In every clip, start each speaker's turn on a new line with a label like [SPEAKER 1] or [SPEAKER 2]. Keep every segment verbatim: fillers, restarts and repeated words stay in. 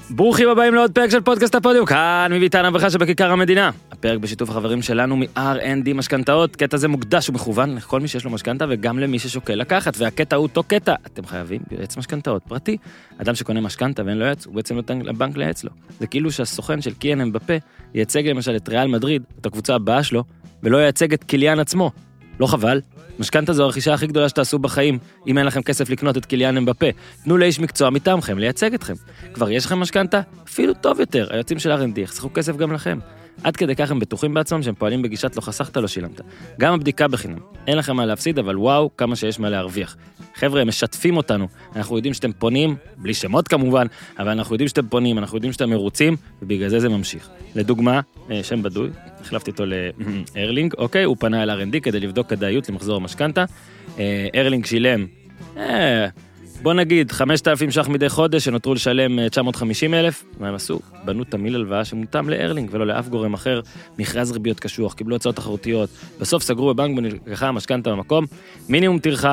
[SPEAKER 1] ברוכים הבאים לעוד פרק של פודקאסט הפודיום, כאן מביתן הברכה שבכיכר המדינה. הפרק בשיתוף החברים שלנו מ-אר אנד די משכנתאות. קטע זה מוקדש ומכוון לכל מי שיש לו משכנתה וגם למי ששוקל לקחת, והקטע הוא אותו קטע. אתם חייבים יועץ משכנתאות פרטי. אדם שקונה משכנתה ואין לו יועץ, הוא בעצם נותן לבנק לייעץ לו. זה כאילו שהסוכן של קיליאן אמבפה ייצג למשל את ריאל מדריד, את הקבוצה הבאה שלו, ולא ייצג את קיליאן עצמו. לא חבל? משכנתה זו הרכישה הכי גדולה שתעשו בחיים, אם אין לכם כסף לקנות את קיליאן אמבפה. תנו לאיש מקצוע מטעמכם לייצג אתכם. כבר יש לכם משכנתה? אפילו טוב יותר. היועצים של אר אנד די יחסכו כסף גם לכם. עד כדי כך הם בטוחים בעצמם שהם פועלים בגישת לא חסכת לא שילמת. גם הבדיקה בחינם. אין לכם מה להפסיד, אבל וואו, כמה שיש מה להרוויח. חבר'ה, הם משתפים אותנו. אנחנו יודעים שאתם פונים, בלי שמות כמובן, אבל אנחנו יודעים שאתם פונים, אנחנו יודעים שאתם מרוצים, ובגלל זה זה ממשיך. לדוגמה, שם בדוי, החלפתי אותו לארלינג, אוקיי, הוא פנה אל אר אנד די כדי לבדוק כדאיות למחזור המשכנתה. ארלינג שילם, אה, בוא נגיד, חמשת אלפים ש"ח מדי חודש, שנותרו לשלם תשע מאות וחמישים אלף, מה הם עשו? בנו תמיל הלוואה שמותאם לארלינג, ולא לאף גורם אחר, מכרז ריביות קשוח, קיבלו הצעות תחרותיות, בסוף סגרו בבנק ונלקחה המשכנתה במקום, מינימום טרחה,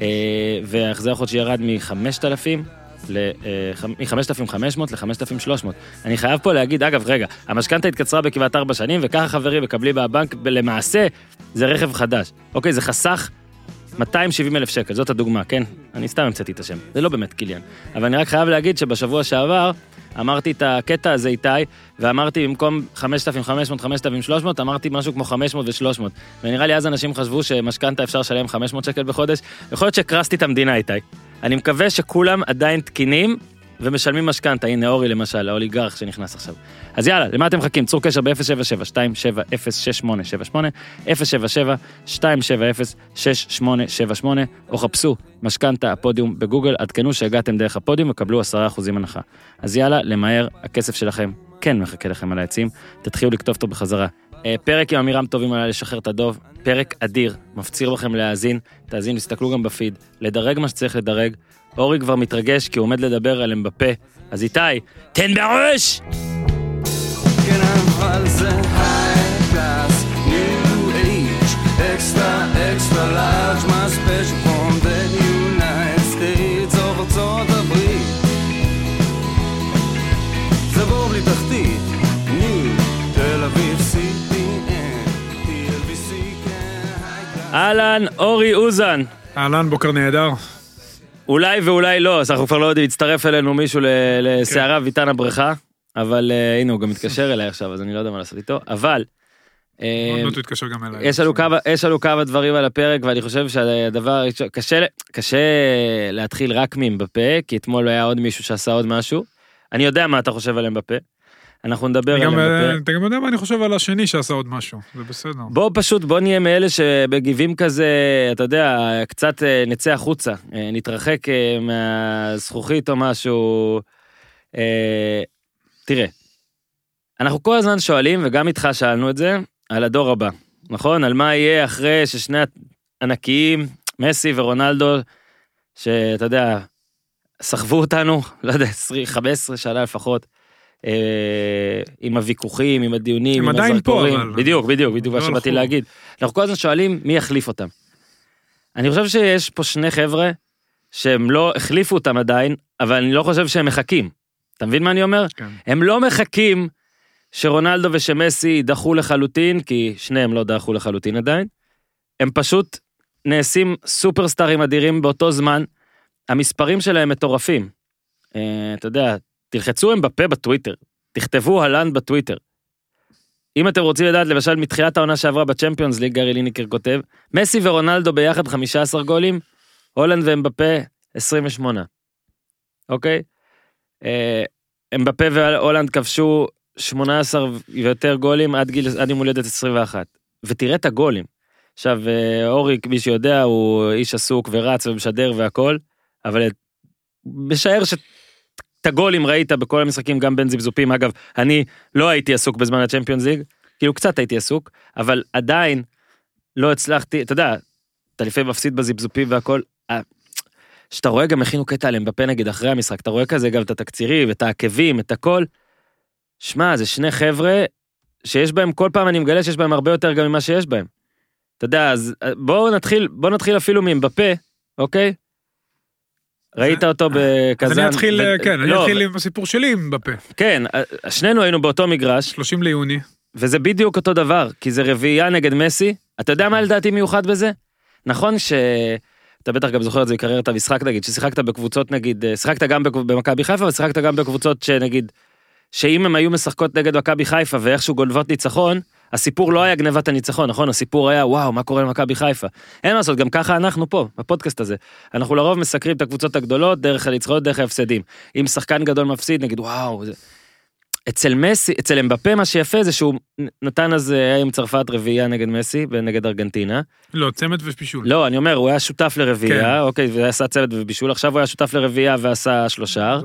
[SPEAKER 1] וההחזר החודשי ירד מ-חמשת אלפים מ-חמשת אלפים וחמש מאות ל-חמשת אלפים ושלוש מאות. אני חייב פה להגיד, אגב, רגע, המשכנתה התקצרה בכמעט ארבע שנים, וככה חברים מקבלי בבנק, למעשה, זה רכב חדש. אוקיי, זה חסך מאתיים ושבעים אלף שקל, זאת הדוגמה, כן? אני סתם המצאתי את השם, זה לא באמת קיליאן. אבל אני רק חייב להגיד שבשבוע שעבר, אמרתי את הקטע הזה איתי, ואמרתי במקום חמשת אלפים וחמש מאות, חמשת אלפים ושלוש מאות, אמרתי משהו כמו חמש מאות ושלוש מאות. ונראה לי אז אנשים חשבו שמשכנתה אפשר לשלם חמש מאות שקל בחודש, יכול להיות שקרסתי את המדינה איתי. אני מקווה שכולם עדיין תקינים, ומשלמים משכנתה. הנה אורי למשל, האוליגרך שנכנס עכשיו. אז יאללה, למה אתם מחכים? צור קשר ב-אפס שבע שבע שתיים שבע אפס שש שמונה שבע שמונה, אפס שבע שבע שתיים שבע אפס שש שמונה שבע שמונה, או חפשו משכנתה הפודיום בגוגל, עדכנו שהגעתם דרך הפודיום וקבלו עשרה אחוזים הנחה. אז יאללה, למהר, הכסף שלכם כן מחכה לכם על העצים, תתחילו לכתוב אותו בחזרה. פרק עם אמירם טובים עליי לשחרר את הדוב, פרק אדיר, מפציר בכם להאזין, תאזין, תסתכלו גם בפיד, לדרג מה שצריך לדרג. אורי כבר מתרגש כי הוא עומד לדבר על אמבפה, אז איתי, תן בראש!
[SPEAKER 2] כן, אבל זה high class, new age, extra, extra large, my special from the United States of ארצות הברית. זה בור בלי תחתית, new, תל אביב, סי פי אן, טי אל בי סי, כן, high class.
[SPEAKER 1] אהלן, אורי אוזן.
[SPEAKER 3] אהלן, בוקר נהדר.
[SPEAKER 1] אולי ואולי לא, אז אנחנו כבר לא יודעים, הצטרף אלינו מישהו לסערה ביתן הברכה, אבל הנה הוא גם מתקשר אליי עכשיו, אז אני לא יודע מה לעשות איתו, אבל
[SPEAKER 3] עוד לא תתקשר גם אליי.
[SPEAKER 1] יש לנו כמה דברים על הפרק, ואני חושב שהדבר, קשה להתחיל רק מאמבפה, כי אתמול היה עוד מישהו שעשה עוד משהו, אני יודע מה אתה חושב על אמבפה, אנחנו נדבר על אמבפה.
[SPEAKER 3] אתה גם יודע מה אני חושב על השני שעשה עוד משהו, זה בסדר.
[SPEAKER 1] בוא פשוט, בוא נהיה מאלה שבגיבים כזה, אתה יודע, קצת נצא החוצה, נתרחק מהזכוכית או משהו. תראה, אנחנו כל הזמן שואלים, וגם איתך שאלנו את זה, על הדור הבא, נכון? על מה יהיה אחרי ששני ענקיים, מסי ורונלדו, שאתה יודע, סחבו אותנו, לא יודע, חמש עשרה שנה לפחות, עם הוויכוחים, עם הדיונים, עם הזרקורים. בדיוק, בדיוק, בדיוק מה שבאתי להגיד. אנחנו כל הזמן שואלים מי יחליף אותם. אני חושב שיש פה שני חבר'ה שהם לא החליפו אותם עדיין, אבל אני לא חושב שהם מחכים. אתה מבין מה אני אומר? הם לא מחכים שרונלדו ושמסי דחו לחלוטין, כי שניהם לא דחו לחלוטין עדיין. הם פשוט נעשים סופרסטארים אדירים באותו זמן. המספרים שלהם מטורפים. אתה יודע, תלחצו אמבפה בטוויטר, תכתבו הלנד בטוויטר. אם אתם רוצים לדעת, למשל, מתחילת העונה שעברה בצ'מפיונס ליג, גארי ליניקר כותב, מסי ורונלדו ביחד חמישה עשר גולים, הולנד ואמבפה עשרים ושמונה. אוקיי? אמבפה והולנד כבשו שמונה עשרה ויותר גולים עד גיל, עד יום הולדת עשרים ואחת. ותראה את הגולים. עכשיו, אורי, מי שיודע, הוא איש עסוק ורץ ומשדר והכל, אבל משער ש... את הגולים ראית בכל המשחקים, גם בין זיבזופים. אגב, אני לא הייתי עסוק בזמן הצ'מפיונס ליג, כאילו קצת הייתי עסוק, אבל עדיין לא הצלחתי, אתה יודע, אתה לפעמים מפסיד בזיבזופים והכל, שאתה רואה גם הכינו קטע על אמבפה נגיד אחרי המשחק, אתה רואה כזה גם את התקצירים, את העקבים, את הכל, שמע, זה שני חבר'ה, שיש בהם, כל פעם אני מגלה שיש בהם הרבה יותר גם ממה שיש בהם. אתה יודע, אז בואו נתחיל, בואו נתחיל אפילו מאמבפה, אוקיי? ראית אותו בקזן.
[SPEAKER 3] אז אני אתחיל,
[SPEAKER 1] ו...
[SPEAKER 3] כן, אני
[SPEAKER 1] לא,
[SPEAKER 3] אתחיל
[SPEAKER 1] ו...
[SPEAKER 3] עם הסיפור שלי בפה.
[SPEAKER 1] כן, שנינו היינו באותו מגרש.
[SPEAKER 3] שלושים ליוני.
[SPEAKER 1] וזה בדיוק אותו דבר, כי זה רביעייה נגד מסי. אתה יודע מה לדעתי מיוחד בזה? נכון ש... אתה בטח גם זוכר את זה בקריירת המשחק, נגיד, ששיחקת בקבוצות, נגיד, שיחקת גם במכבי חיפה, ושיחקת גם בקבוצות שנגיד, שאם הם היו משחקות נגד מכבי חיפה, ואיכשהו גונבות ניצחון, הסיפור לא היה גנבת הניצחון, נכון? הסיפור היה, וואו, מה קורה למכבי חיפה? אין מה לעשות, גם ככה אנחנו פה, בפודקאסט הזה. אנחנו לרוב מסקרים את הקבוצות הגדולות, דרך הניצחונות, דרך ההפסדים. אם שחקן גדול מפסיד, נגיד, וואו, זה... אצל מסי, אצל אמבפה מה שיפה זה שהוא נתן אז היה עם צרפת רביעייה נגד מסי ונגד ארגנטינה.
[SPEAKER 3] לא, צמד ובישול.
[SPEAKER 1] לא, אני אומר, הוא היה שותף לרביעייה, אוקיי, ועשה צמד ובישול, עכשיו הוא היה שותף לרביעייה ועשה שלושה.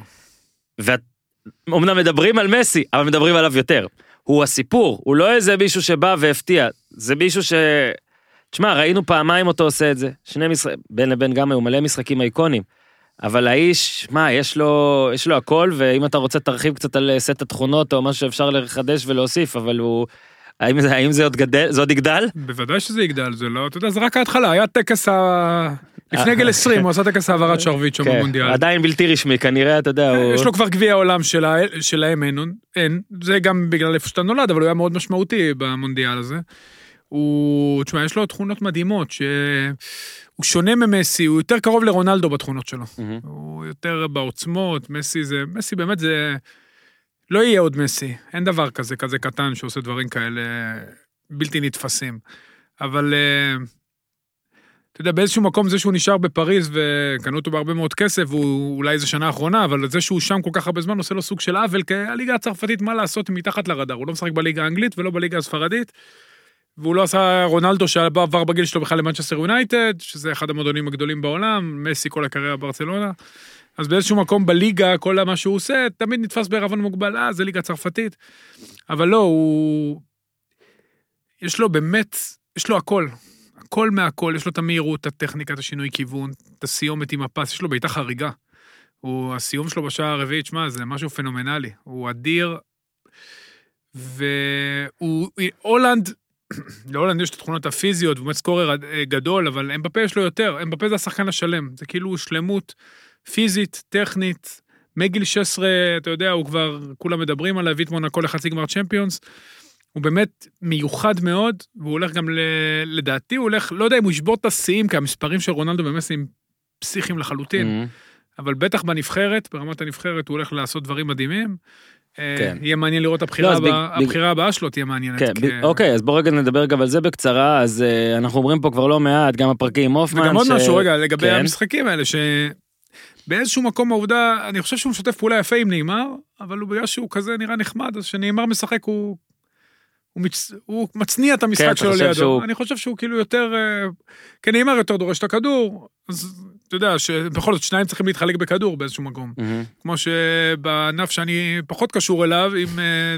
[SPEAKER 1] ואומנם מדברים על מסי, אבל מדברים עליו יותר. הוא הסיפור, הוא לא איזה מישהו שבא והפתיע, זה מישהו ש... תשמע, ראינו פעמיים אותו עושה את זה, שני משחקים, בין לבין גם היו מלא משחקים אייקונים. אבל האיש, מה, יש לו, יש לו הכל, ואם אתה רוצה תרחיב קצת על סט התכונות, או משהו שאפשר לחדש ולהוסיף, אבל הוא, האם זה, האם זה עוד גדל, זה עוד יגדל?
[SPEAKER 3] בוודאי שזה יגדל, זה לא, אתה יודע, זה רק ההתחלה, היה טקס ה... לפני גיל עשרים, הוא עשה טקס העברת שרביט שם במונדיאל.
[SPEAKER 1] עדיין בלתי רשמי, כנראה, אתה יודע, הוא...
[SPEAKER 3] יש לו כבר גביע העולם שלהם, אין, זה גם בגלל איפה שאתה נולד, אבל הוא היה מאוד משמעותי במונדיאל הזה. הוא, תשמע, יש לו תכונות מדהימות, ש... הוא שונה ממסי, הוא יותר קרוב לרונלדו בתכונות שלו. Mm-hmm. הוא יותר בעוצמות, מסי זה, מסי באמת זה, לא יהיה עוד מסי, אין דבר כזה, כזה קטן שעושה דברים כאלה בלתי נתפסים. אבל, אתה יודע, באיזשהו מקום זה שהוא נשאר בפריז וקנו אותו בהרבה מאוד כסף, הוא אולי איזה שנה האחרונה, אבל זה שהוא שם כל כך הרבה זמן עושה לו סוג של עוול, כי הליגה הצרפתית מה לעשות מתחת לרדאר, הוא לא משחק בליגה האנגלית ולא בליגה הספרדית, והוא לא עשה רונלדו שעבר בגיל שלו בכלל למנצ'סטר יונייטד, שזה אחד המועדונים הגדולים בעולם, מסי כל הקריירה ברצלונה, אז באיזשהו מקום בליגה, כל מה שהוא עושה, תמיד נתפס בערבון מוגבל, אה, זה ליגה צרפתית, אבל לא, הוא... יש לו באמת, יש לו הכל, הכל מהכל, יש לו את המהירות, את הטכניקה, את השינוי כיוון, את הסיומת עם הפס, יש לו בעיטה חריגה, הוא, הסיום שלו בשעה הרביעית, שמה, זה משהו פנומנלי, הוא אדיר, והוא, הולנד, להולנד יש את התכונות הפיזיות, הוא באמת סקורר גדול, אבל אמבפה יש לו יותר, אמבפה זה השחקן השלם, זה כאילו שלמות פיזית, טכנית, מגיל שש עשרה, אתה יודע, הוא כבר, כולם מדברים עליו, הביא את מונקו לחצי גמר צ'מפיונס, הוא באמת מיוחד מאוד, והוא הולך גם, ל... לדעתי, הוא הולך, לא יודע אם הוא ישבור את השיאים, כי המספרים של רונלדו באמת הם פסיכיים לחלוטין, mm-hmm. אבל בטח בנבחרת, ברמת הנבחרת, הוא הולך לעשות דברים מדהימים, כן. יהיה מעניין לראות הבחירה, לא, הבא, ביג, הבחירה הבאה שלו תהיה מעניינת.
[SPEAKER 1] כן, כי... ביג, אוקיי, אז בוא רגע נדבר גם על זה בקצרה, אז uh, אנחנו אומרים פה כבר לא מעט, גם הפרקים עם הופמן.
[SPEAKER 3] וגם עוד
[SPEAKER 1] ש...
[SPEAKER 3] משהו רגע, לגבי
[SPEAKER 1] כן.
[SPEAKER 3] המשחקים האלה, שבאיזשהו מקום העובדה, אני חושב שהוא משתף פעולה יפה עם נאמר, אבל הוא בגלל שהוא כזה נראה נחמד, אז שנאמר משחק הוא, הוא, מצ... הוא מצניע את המשחק כן, שלו לידו. שהוא... אני חושב שהוא כאילו יותר, כן, נאמר יותר דורש את הכדור, אז... אתה יודע, שבכל זאת שניים צריכים להתחלק בכדור באיזשהו מקום. Mm-hmm. כמו שבענף שאני פחות קשור אליו, אם,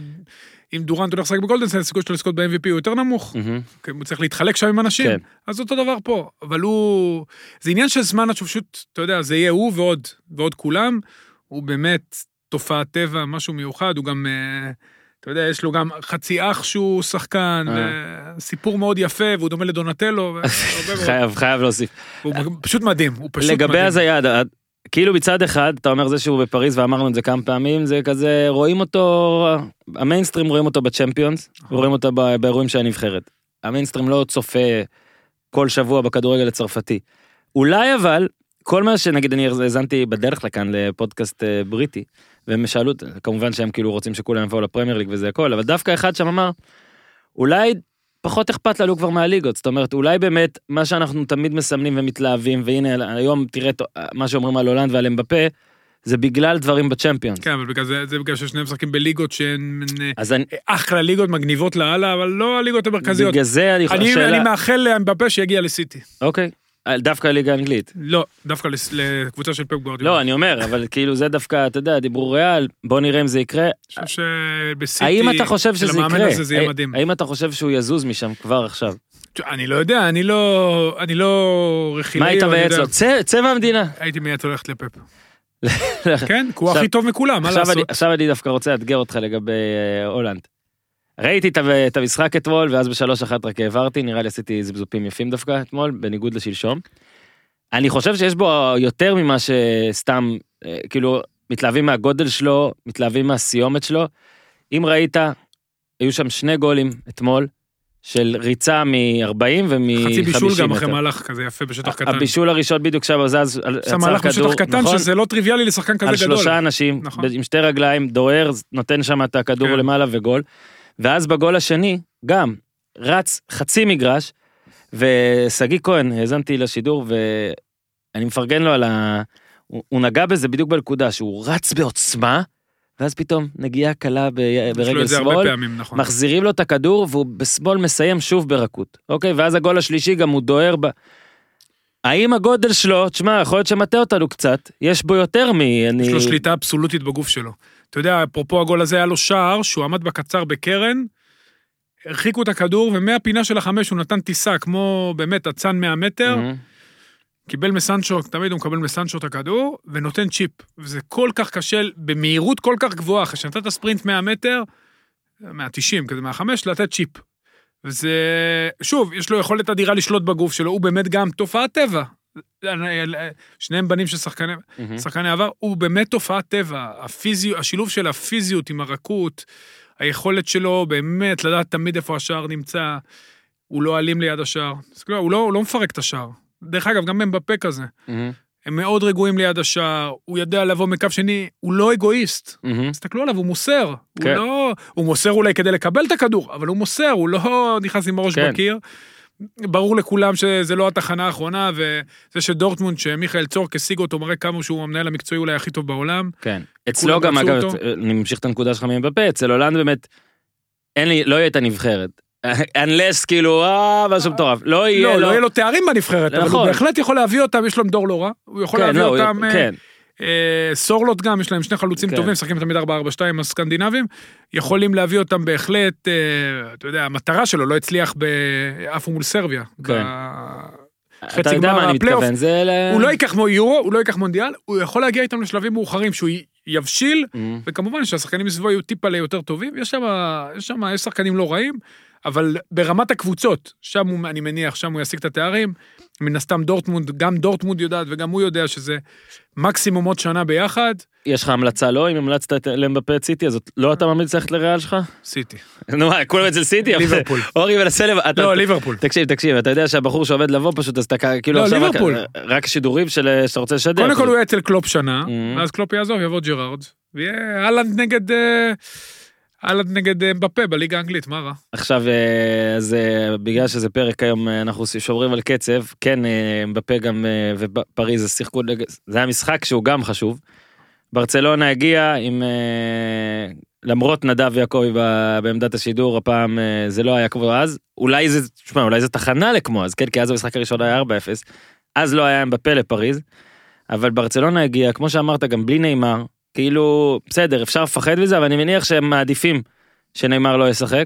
[SPEAKER 3] אם דורנט הולך לשחק בגולדנסט, הסיכוי שלו לזכות ב-אם וי פי הוא יותר נמוך. Mm-hmm. הוא צריך להתחלק שם עם אנשים. כן. אז אותו דבר פה. אבל הוא... זה עניין של זמן, עד שפשוט, אתה יודע, זה יהיה הוא ועוד, ועוד כולם. הוא באמת תופעת טבע, משהו מיוחד. הוא גם... אתה יודע, יש לו גם חצי אח שהוא שחקן, סיפור מאוד יפה, והוא דומה לדונטלו.
[SPEAKER 1] חייב, חייב להוסיף.
[SPEAKER 3] הוא פשוט מדהים, הוא פשוט מדהים.
[SPEAKER 1] לגבי הזיד, כאילו מצד אחד, אתה אומר זה שהוא בפריז, ואמרנו את זה כמה פעמים, זה כזה, רואים אותו, המיינסטרים רואים אותו בצ'מפיונס, רואים אותו באירועים של הנבחרת. המיינסטרים לא צופה כל שבוע בכדורגל הצרפתי. אולי אבל, כל מה שנגיד אני הזנתי בדרך לכאן לפודקאסט בריטי, והם שאלו, כמובן שהם כאילו רוצים שכולם יבואו לפרמייר ליג וזה הכל, אבל דווקא אחד שם אמר, אולי פחות אכפת לנו כבר מהליגות, זאת אומרת, אולי באמת מה שאנחנו תמיד מסמנים ומתלהבים, והנה היום תראה מה שאומרים על הולנד ועל אמבפה, זה בגלל דברים בצ'מפיונס.
[SPEAKER 3] כן, אבל בגלל זה, זה בגלל ששניהם משחקים בליגות שהן אני... אחלה ליגות מגניבות לאללה, אבל לא הליגות המרכזיות.
[SPEAKER 1] בגלל זה אני חושב...
[SPEAKER 3] אני, שאלה... אני מאחל לאמבפה שיגיע לסיטי.
[SPEAKER 1] אוקיי. דווקא ליגה האנגלית.
[SPEAKER 3] לא, דווקא לקבוצה של פפ גוארדיולה.
[SPEAKER 1] לא, אני אומר, אבל כאילו זה דווקא, אתה יודע, דיברו ריאל, בוא נראה אם זה יקרה.
[SPEAKER 3] אני חושב שבסיטי,
[SPEAKER 1] האם אתה חושב שזה יקרה?
[SPEAKER 3] זה יהיה מדהים.
[SPEAKER 1] האם אתה חושב שהוא יזוז משם כבר עכשיו?
[SPEAKER 3] אני לא יודע, אני לא, אני לא רכילי.
[SPEAKER 1] מה היית מייעץ לו? צא מהמדינה.
[SPEAKER 3] הייתי מייעץ ללכת לפפ. כן, הוא הכי טוב מכולם, מה לעשות?
[SPEAKER 1] עכשיו אני דווקא רוצה לאתגר אותך לגבי הולנד. ראיתי את המשחק אתמול, ואז בשלוש אחת רק העברתי, נראה לי עשיתי זבזופים יפים דווקא אתמול, בניגוד לשלשום. אני חושב שיש בו יותר ממה שסתם, כאילו, מתלהבים מהגודל שלו, מתלהבים מהסיומת שלו. אם ראית, היו שם שני גולים אתמול, של ריצה מ-ארבעים ו-מ-חמישים.
[SPEAKER 3] חצי בישול גם אחרי מהלך כזה יפה בשטח קטן.
[SPEAKER 1] הבישול הראשון בדיוק שם, זז,
[SPEAKER 3] שם מהלך בשטח קטן, שזה לא טריוויאלי לשחקן כזה גדול.
[SPEAKER 1] על שלושה אנשים, עם שתי רגליים, דוהר, נותן שם את הכדור למעלה וגול. ואז בגול השני, גם, רץ חצי מגרש, וסגי כהן, האזנתי לשידור, ואני מפרגן לו על ה... הוא נגע בזה בדיוק בנקודה, שהוא רץ בעוצמה, ואז פתאום נגיעה קלה ברגל שמאל, מחזירים לו את הכדור, והוא בשמאל מסיים שוב ברכות. אוקיי, ואז הגול השלישי גם הוא דוהר ב... האם הגודל שלו, תשמע, יכול להיות שמטה אותנו קצת, יש בו יותר מ...
[SPEAKER 3] יש לו שליטה אבסולוטית בגוף שלו. אתה יודע, אפרופו הגול הזה היה לו שער, שהוא עמד בקצר בקרן, הרחיקו את הכדור, ומהפינה של החמש הוא נתן טיסה, כמו באמת הצן מאה מטר, קיבל מסנצ'ו, תמיד הוא מקבל מסנצ'ו את הכדור, ונותן צ'יפ. וזה כל כך קשה, במהירות כל כך גבוהה, אחרי שנתת ספרינט מאה מטר, מאה תשעים, כזה מהחמש, לתת צ'יפ. וזה, שוב, יש לו יכולת אדירה לשלוט בגוף שלו, הוא באמת גם תופעת טבע. שניהם בנים של שחקני, שחקני עבר, הוא באמת תופעת טבע. הפיזיות, השילוב של הפיזיות עם הרכות, היכולת שלו באמת לדעת תמיד איפה השער נמצא, הוא לא אלים ליד השער. הוא לא, הוא לא מפרק את השער. דרך אגב, גם מבפה כזה. הם מאוד רגועים ליד השער, הוא יודע לבוא מקו שני, הוא לא אגואיסט. תסתכלו עליו, הוא מוסר. הוא לא, הוא מוסר אולי כדי לקבל את הכדור, אבל הוא מוסר, הוא לא נכנס עם הראש בקיר. ברור לכולם שזה לא התחנה האחרונה, וזה שדורטמונד, שמיכאל צורק השיג אותו, מראה כמה שהוא המנהל המקצועי אולי הכי טוב בעולם.
[SPEAKER 1] כן. אצלו גם, אגב, אני ממשיך את הנקודה שלך מבפה, אצל הולנד באמת, אין לי, לא יהיה את הנבחרת. unless כאילו, אה, משהו מטורף. לא יהיה לו...
[SPEAKER 3] לא יהיה לו תארים בנבחרת, אבל הוא בהחלט יכול להביא אותם, יש לו מדור לא רע, הוא יכול להביא אותם... סורלוט גם, יש להם שני חלוצים טובים, שחקים תמיד ארבע ארבע שתיים הסקנדינבים, יכולים להביא אותם בהחלט, אתה יודע, המטרה שלו לא הצליח באף מול סרביה.
[SPEAKER 1] אתה יודע מה אני מתכוון, זה...
[SPEAKER 3] הוא לא ייקח יורו, הוא לא ייקח מונדיאל, הוא יכול להגיע איתם לשלבים מאוחרים, שהוא יבשיל, וכמובן שהשחקנים מסביבו יהיו טיפה ליותר טובים, יש שם, יש שחקנים לא רעים, אבל ברמת הקבוצות, שם אני מניח, שם הוא ישיג את התארים, מן הסתם דורטמונד, גם דורטמונד יודעת, וגם הוא יודע שזה מקסימום עוד שנה ביחד.
[SPEAKER 1] יש לך המלצה לא? אם המלצת למבפה את סיטי, אז לא אתה ממליץ ללכת לריאל שלך?
[SPEAKER 3] סיטי.
[SPEAKER 1] נו, כולם אצל סיטי?
[SPEAKER 3] ליברפול.
[SPEAKER 1] אורי מנסה לב...
[SPEAKER 3] לא, ליברפול.
[SPEAKER 1] תקשיב, תקשיב, אתה יודע שהבחור שעובד לבוא פשוט, אז אתה כאילו...
[SPEAKER 3] לא, ליברפול.
[SPEAKER 1] רק שידורים שאתה רוצה לשדר.
[SPEAKER 3] קודם כל הוא יהיה אצל קלופ שנה, ואז קלופ יעזוב, יבוא ג'רארד, ויהיה הלנד נגד... הלנד נגד מבפה בליגה האנגלית, מה רע?
[SPEAKER 1] עכשיו, אז בגלל שזה פרק היום, אנחנו שוברים על קצב, כן, מבפה גם ופריז שיחקו, זה היה משחק שהוא גם חשוב. ברצלונה הגיע עם, למרות נדב יעקבי בעמדת השידור, הפעם זה לא היה כמו אז, אולי זה, תשמע, אולי זה תחנה לכמו אז, כן, כי אז המשחק הראשון היה ארבע אפס, אז לא היה מבפה לפריז, אבל ברצלונה הגיע, כמו שאמרת, גם בלי ניימר, כאילו, בסדר, אפשר לפחד מזה, אבל אני מניח שהם מעדיפים שניימר לא ישחק,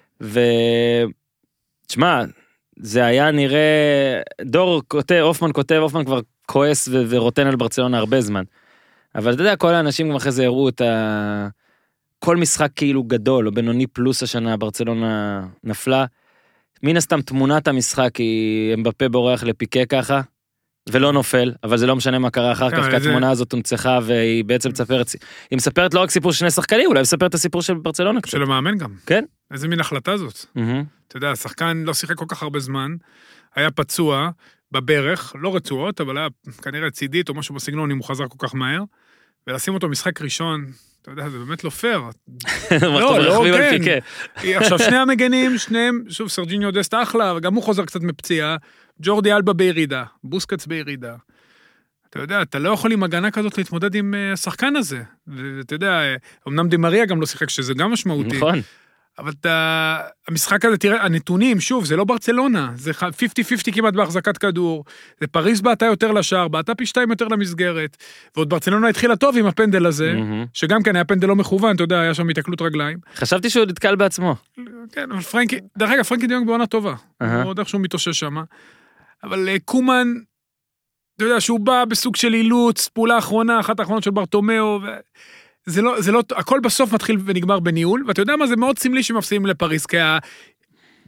[SPEAKER 1] ותשמע, זה היה נראה, דור כותב, אופמן כותב, אופמן כבר כועס ו- ורוטן על ברצלונה הרבה זמן, אבל אתה יודע, כל האנשים גם אחרי זה הראו את ה... כל משחק כאילו גדול, או בינוני פלוס השנה, ברצלונה נפלה, מן הסתם תמונת המשחק היא מבפה בורח לפיקה ככה, ולא נופל, אבל זה לא משנה מה קרה אחר כך, כי התמונה הזאת הונצחה, והיא בעצם מספרת, היא מספרת לא רק סיפור של שני שחקנים, אולי מספרת את הסיפור של ברצלונה.
[SPEAKER 3] של המאמן גם.
[SPEAKER 1] כן.
[SPEAKER 3] איזה מין החלטה זאת. אתה יודע, השחקן לא שיחק כל כך הרבה זמן, היה פצוע בברך, לא רצועות, אבל היה כנראה צידית או משהו בסגנון, אם הוא חזר כל כך מהר, ולשים אותו משחק ראשון, אתה יודע, זה באמת לא פייר. לא, לא, כן. עכשיו, שני המגנים, שניהם, שוב, סרג'יניו דסט אחלה, וגם הוא חוזר קצת מפציעה, ג'ורדי אלבה בירידה, בוסקץ בירידה. אתה יודע, אתה לא יכול עם הגנה כזאת להתמודד עם השחקן הזה. ואתה יודע, אמנם דימריה גם לא שיחק, שזה גם משמעותי.
[SPEAKER 1] נכון.
[SPEAKER 3] אבל אתה, המשחק הזה, תראה, הנתונים, שוב, זה לא ברצלונה, זה חמישים חמישים כמעט בהחזקת כדור, זה פריז בעתה יותר לשער, בעתה פי שתיים יותר למסגרת, ועוד ברצלונה התחילה טוב עם הפנדל הזה, שגם כן היה פנדל לא מכוון, אתה יודע, היה שם התקלות רגליים.
[SPEAKER 1] חשבתי שהוא נתקל בעצמו.
[SPEAKER 3] כן, אבל פרנקי, דרך אגב, פרנקי דיונג בעונה טובה, הוא עוד איכשהו מתאושש שם, אבל קומן, אתה יודע, שהוא בא בסוג של אילוץ, פעולה האחרונה, אחת האחרונות של ברטומאו, ו... זה לא, זה לא, הכל בסוף מתחיל ונגמר בניהול, ואתה יודע מה, זה מאוד סמלי שמפסידים לפריז, כי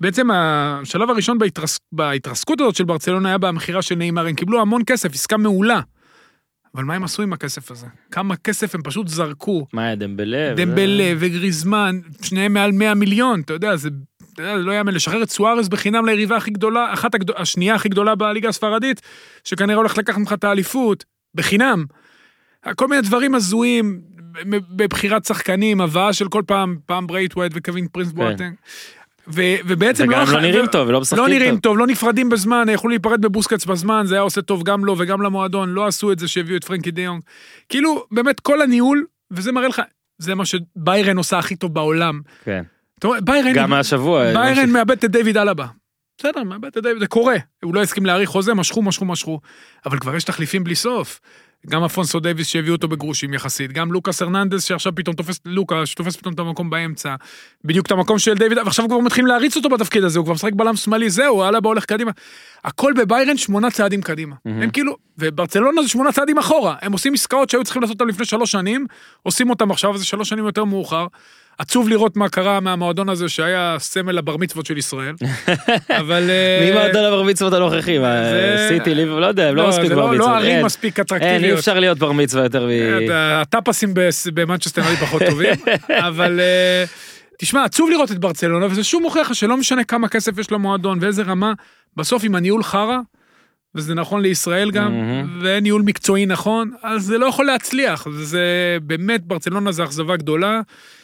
[SPEAKER 3] בעצם השלב הראשון בהתרס... בהתרסקות הזאת של ברצלונה היה במחירה של ניימר, הם קיבלו המון כסף, עסקה מעולה. אבל מה הם עשו עם הכסף הזה? כמה כסף הם פשוט זרקו.
[SPEAKER 1] מה היה, דמבלה?
[SPEAKER 3] דמבלה וגריזמן, שניהם מעל מאה מיליון, אתה יודע, זה, אתה יודע, לא יאמן לשחרר את סוארס בחינם ליריבה הכי גדולה, אחת הגדול, השנייה הכי גדולה בליגה הספרדית, שכנראה הולך לקחת ממך את האליפות, בחינם. כל מיני דברים הזויים, בבחירת שחקנים, הבאה של כל פעם, פעם ברייט ווייט וקווין פרינס בואטנג. ו- ובעצם
[SPEAKER 1] וגם לא נראים טוב, לא משחקים טוב.
[SPEAKER 3] לא נראים טוב, לא נפרדים בזמן, יכלו להיפרד בבוסקץ בזמן, זה היה עושה טוב גם לו וגם למועדון, לא עשו את זה שהביאו את פרנקי דיונג. כאילו, באמת כל הניהול, וזה מראה לך, זה מה שביירן עושה הכי טוב בעולם.
[SPEAKER 1] כן.
[SPEAKER 3] ביירן,
[SPEAKER 1] גם השבוע.
[SPEAKER 3] ביירן מאבד את דיוויד אלבה. בסדר, מאבד את דיוויד, זה קורה. הוא לא הסכים להאריך חוזה, משכו, משכו, משכו. אבל כבר יש תחליפים בלי סוף. גם אפונסו דייביס שהביאו אותו בגרושים יחסית, גם לוקאס הרננדס שעכשיו פתאום תופס, לוקאס שתופס פתאום את המקום באמצע, בדיוק את המקום של דיוויד, ועכשיו כבר מתחילים להריץ אותו בתפקיד הזה, הוא כבר משחק בלם שמאלי, זהו, הלאה בהולך קדימה. הכל בביירן שמונה צעדים קדימה. הם כאילו, וברצלונה זה שמונה צעדים אחורה, הם עושים עסקאות שהיו צריכים לעשות אותם לפני שלוש שנים, עושים אותם עכשיו, זה שלוש שנים יותר מאוחר. עצוב לראות מה קרה מהמועדון הזה שהיה סמל הבר מצוות של ישראל. אבל...
[SPEAKER 1] מי מועדון הבר מצוות הנוכחי? סיטי, ליב, לא יודע, לא מספיק בר מצוות.
[SPEAKER 3] לא ערים מספיק אטרקטיביות.
[SPEAKER 1] אין, אי אפשר להיות בר מצווה יותר מ...
[SPEAKER 3] הטאפסים במנצ'סטר היו פחות טובים, אבל... תשמע, עצוב לראות את ברצלונה, וזה שום מוכיח שלא משנה כמה כסף יש למועדון, ואיזה רמה, בסוף עם הניהול חרה, וזה נכון לישראל גם, וניהול מקצועי נכון, אז זה לא יכול להצליח. זה באמת, ברצלונה זה אכזבה גדולה,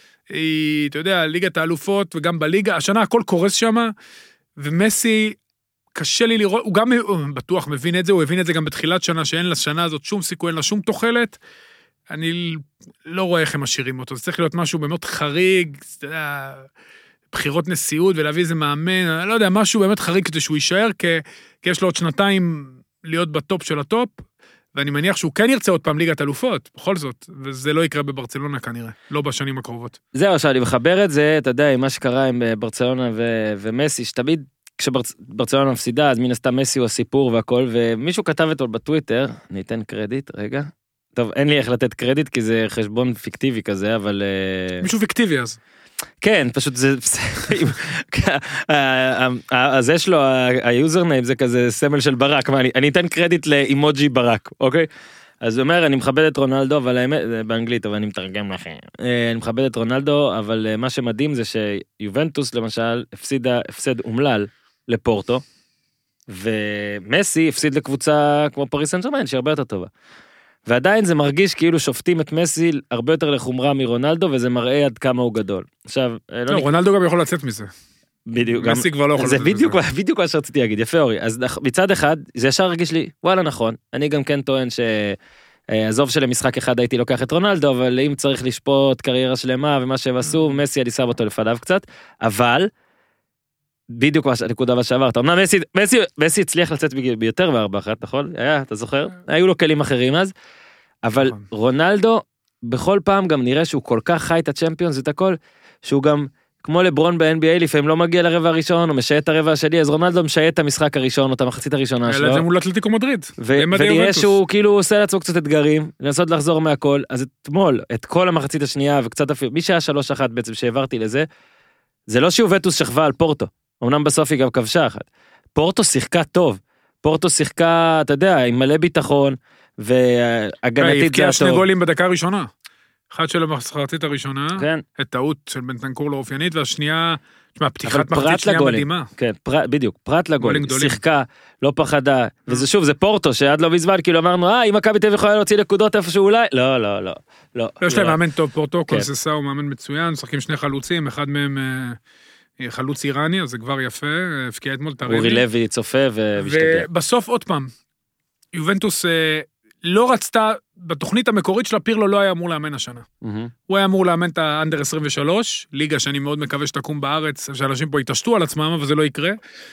[SPEAKER 3] היא, אתה יודע, ליגת האלופות וגם בליגה, השנה הכל קורס שם, ומסי, קשה לי לראות, הוא גם הוא בטוח מבין את זה, הוא הבין את זה גם בתחילת שנה, שאין לשנה הזאת שום סיכוי, אין לה שום תוחלת, אני לא רואה איך הם משאירים אותו, זה צריך להיות משהו באמת חריג, אתה יודע, בחירות נשיאות, ולהביא איזה מאמן, אני לא יודע, משהו באמת חריג כדי שהוא יישאר, כי, כי יש לו עוד שנתיים להיות בטופ של הטופ, ואני מניח שהוא כן ירצה עוד פעם ליגת אלופות, בכל זאת, וזה לא יקרה בברצלונה כנראה, לא בשנים הקרובות.
[SPEAKER 1] זהו, עכשיו, אני מחבר את זה, אתה יודע, עם מה שקרה עם ברצלונה ו- ומסי, שתמיד כשברצלונה מפסידה, אז מן הסתם מסי הוא הסיפור והכל, ומישהו כתב אותו בטוויטר, אני אתן קרדיט, רגע, טוב, אין לי איך לתת קרדיט, כי זה חשבון פיקטיבי כזה, אבל...
[SPEAKER 3] מישהו פיקטיבי אז.
[SPEAKER 1] כן, פשוט זה... אז יש לו, היוזרניים זה כזה סמל של ברק, אני אתן קרדיט לאימוג'י ברק, אוקיי? אז הוא אומר, אני מכבד את רונלדו, אבל האמת, זה באנגלית, אבל אני מתרגם לכם. אני מכבד את רונלדו, אבל מה שמדהים זה שיובנטוס, למשל, הפסידה, הפסד אומלל לפורטו, ומסי הפסיד לקבוצה כמו פריס סן ז'רמן, שהיא הרבה יותר טובה. ועדיין זה מרגיש כאילו שופטים את מסי הרבה יותר לחומרה מרונלדו, וזה מראה עד כמה הוא גדול. עכשיו,
[SPEAKER 3] לא, רונלדו גם יכול לצאת מזה.
[SPEAKER 1] בדיוק.
[SPEAKER 3] מסי כבר לא יכול לצאת
[SPEAKER 1] מזה. זה בדיוק מה שרציתי להגיד, יפה אורי. אז מצד אחד, זה ישר הרגיש לי, וואלה נכון, אני גם כן טוען שעזוב שלמשחק אחד הייתי לוקח את רונלדו, אבל אם צריך לשפוט קריירה שלמה ומה שהם עשו, מסי אני שם אותו לפניו קצת, אבל בדיוק הנקודה מה שעברת. אמנם מסי, מסי, מסי הצליח לצאת ביותר מארבע אחת, נכון? היה, אתה זוכר? היו לו כלים אחרים אז, אבל רונלדו, בכל פעם גם נראה שהוא כל כך חי את הצ'מפיונס ואת הכל, שהוא גם, כמו לברון ב-אן בי איי, לפעמים לא מגיע לרבע הראשון, או משייט את הרבע השני, אז רונלדו משייט את המשחק הראשון, או את המחצית הראשונה שלו.
[SPEAKER 3] אלא זה מול אתלטיקו מדריד.
[SPEAKER 1] ונראה שהוא כאילו עושה לעצמו קצת אתגרים, לנסות לחזור מהכל, אז אתמול, את כל המחצית השנייה, וקצת אפילו, מי שהיה שלוש אחת בעצם שהעברתי לזה, זה לא שיובנטוס שכבה על פורטו. אמנם בסוף היא גם כבשה אחת. פורטו שיחקה טוב. פורטו שיחקה, אתה יודע, עם מלא ביטחון, והגנתית זה
[SPEAKER 3] הטוב. שני גולים בדקה הראשונה. אחד של המחצית הראשונה,
[SPEAKER 1] כן.
[SPEAKER 3] את טעות של בנטנקור לא אופיינית, והשנייה, תשמע, פתיחת מחצית שנייה מדהימה.
[SPEAKER 1] כן, פר, בדיוק, פרט לגולים, שיחקה, לא פחדה, וזה שוב, זה פורטו, שעד לא בזמן, כאילו אמרנו, אה, אם מכבי תל אביב יכולה להוציא נקודות איפשהו אולי, לא, לא, לא, לא.
[SPEAKER 3] יש להם מאמן טוב, פורטו, קונססה הוא מאמן מצוין, משחקים שני חלוצים, אחד מהם חלוץ איראני, אז זה כבר יפה, הפקיע אתמול את הרבי.
[SPEAKER 1] אורי לוי צופה ומשתגע.
[SPEAKER 3] ובסוף עוד פעם, יובנטוס לא רצתה, בתוכנית המקורית של הפירלו לא היה אמור לאמן השנה. הוא היה אמור לאמן את האנדר עשרים ושלוש, ליגה שאני מאוד מקווה שתקום בארץ, שאנשים פה יתעשתו על עצמם, אבל זה לא יקרה.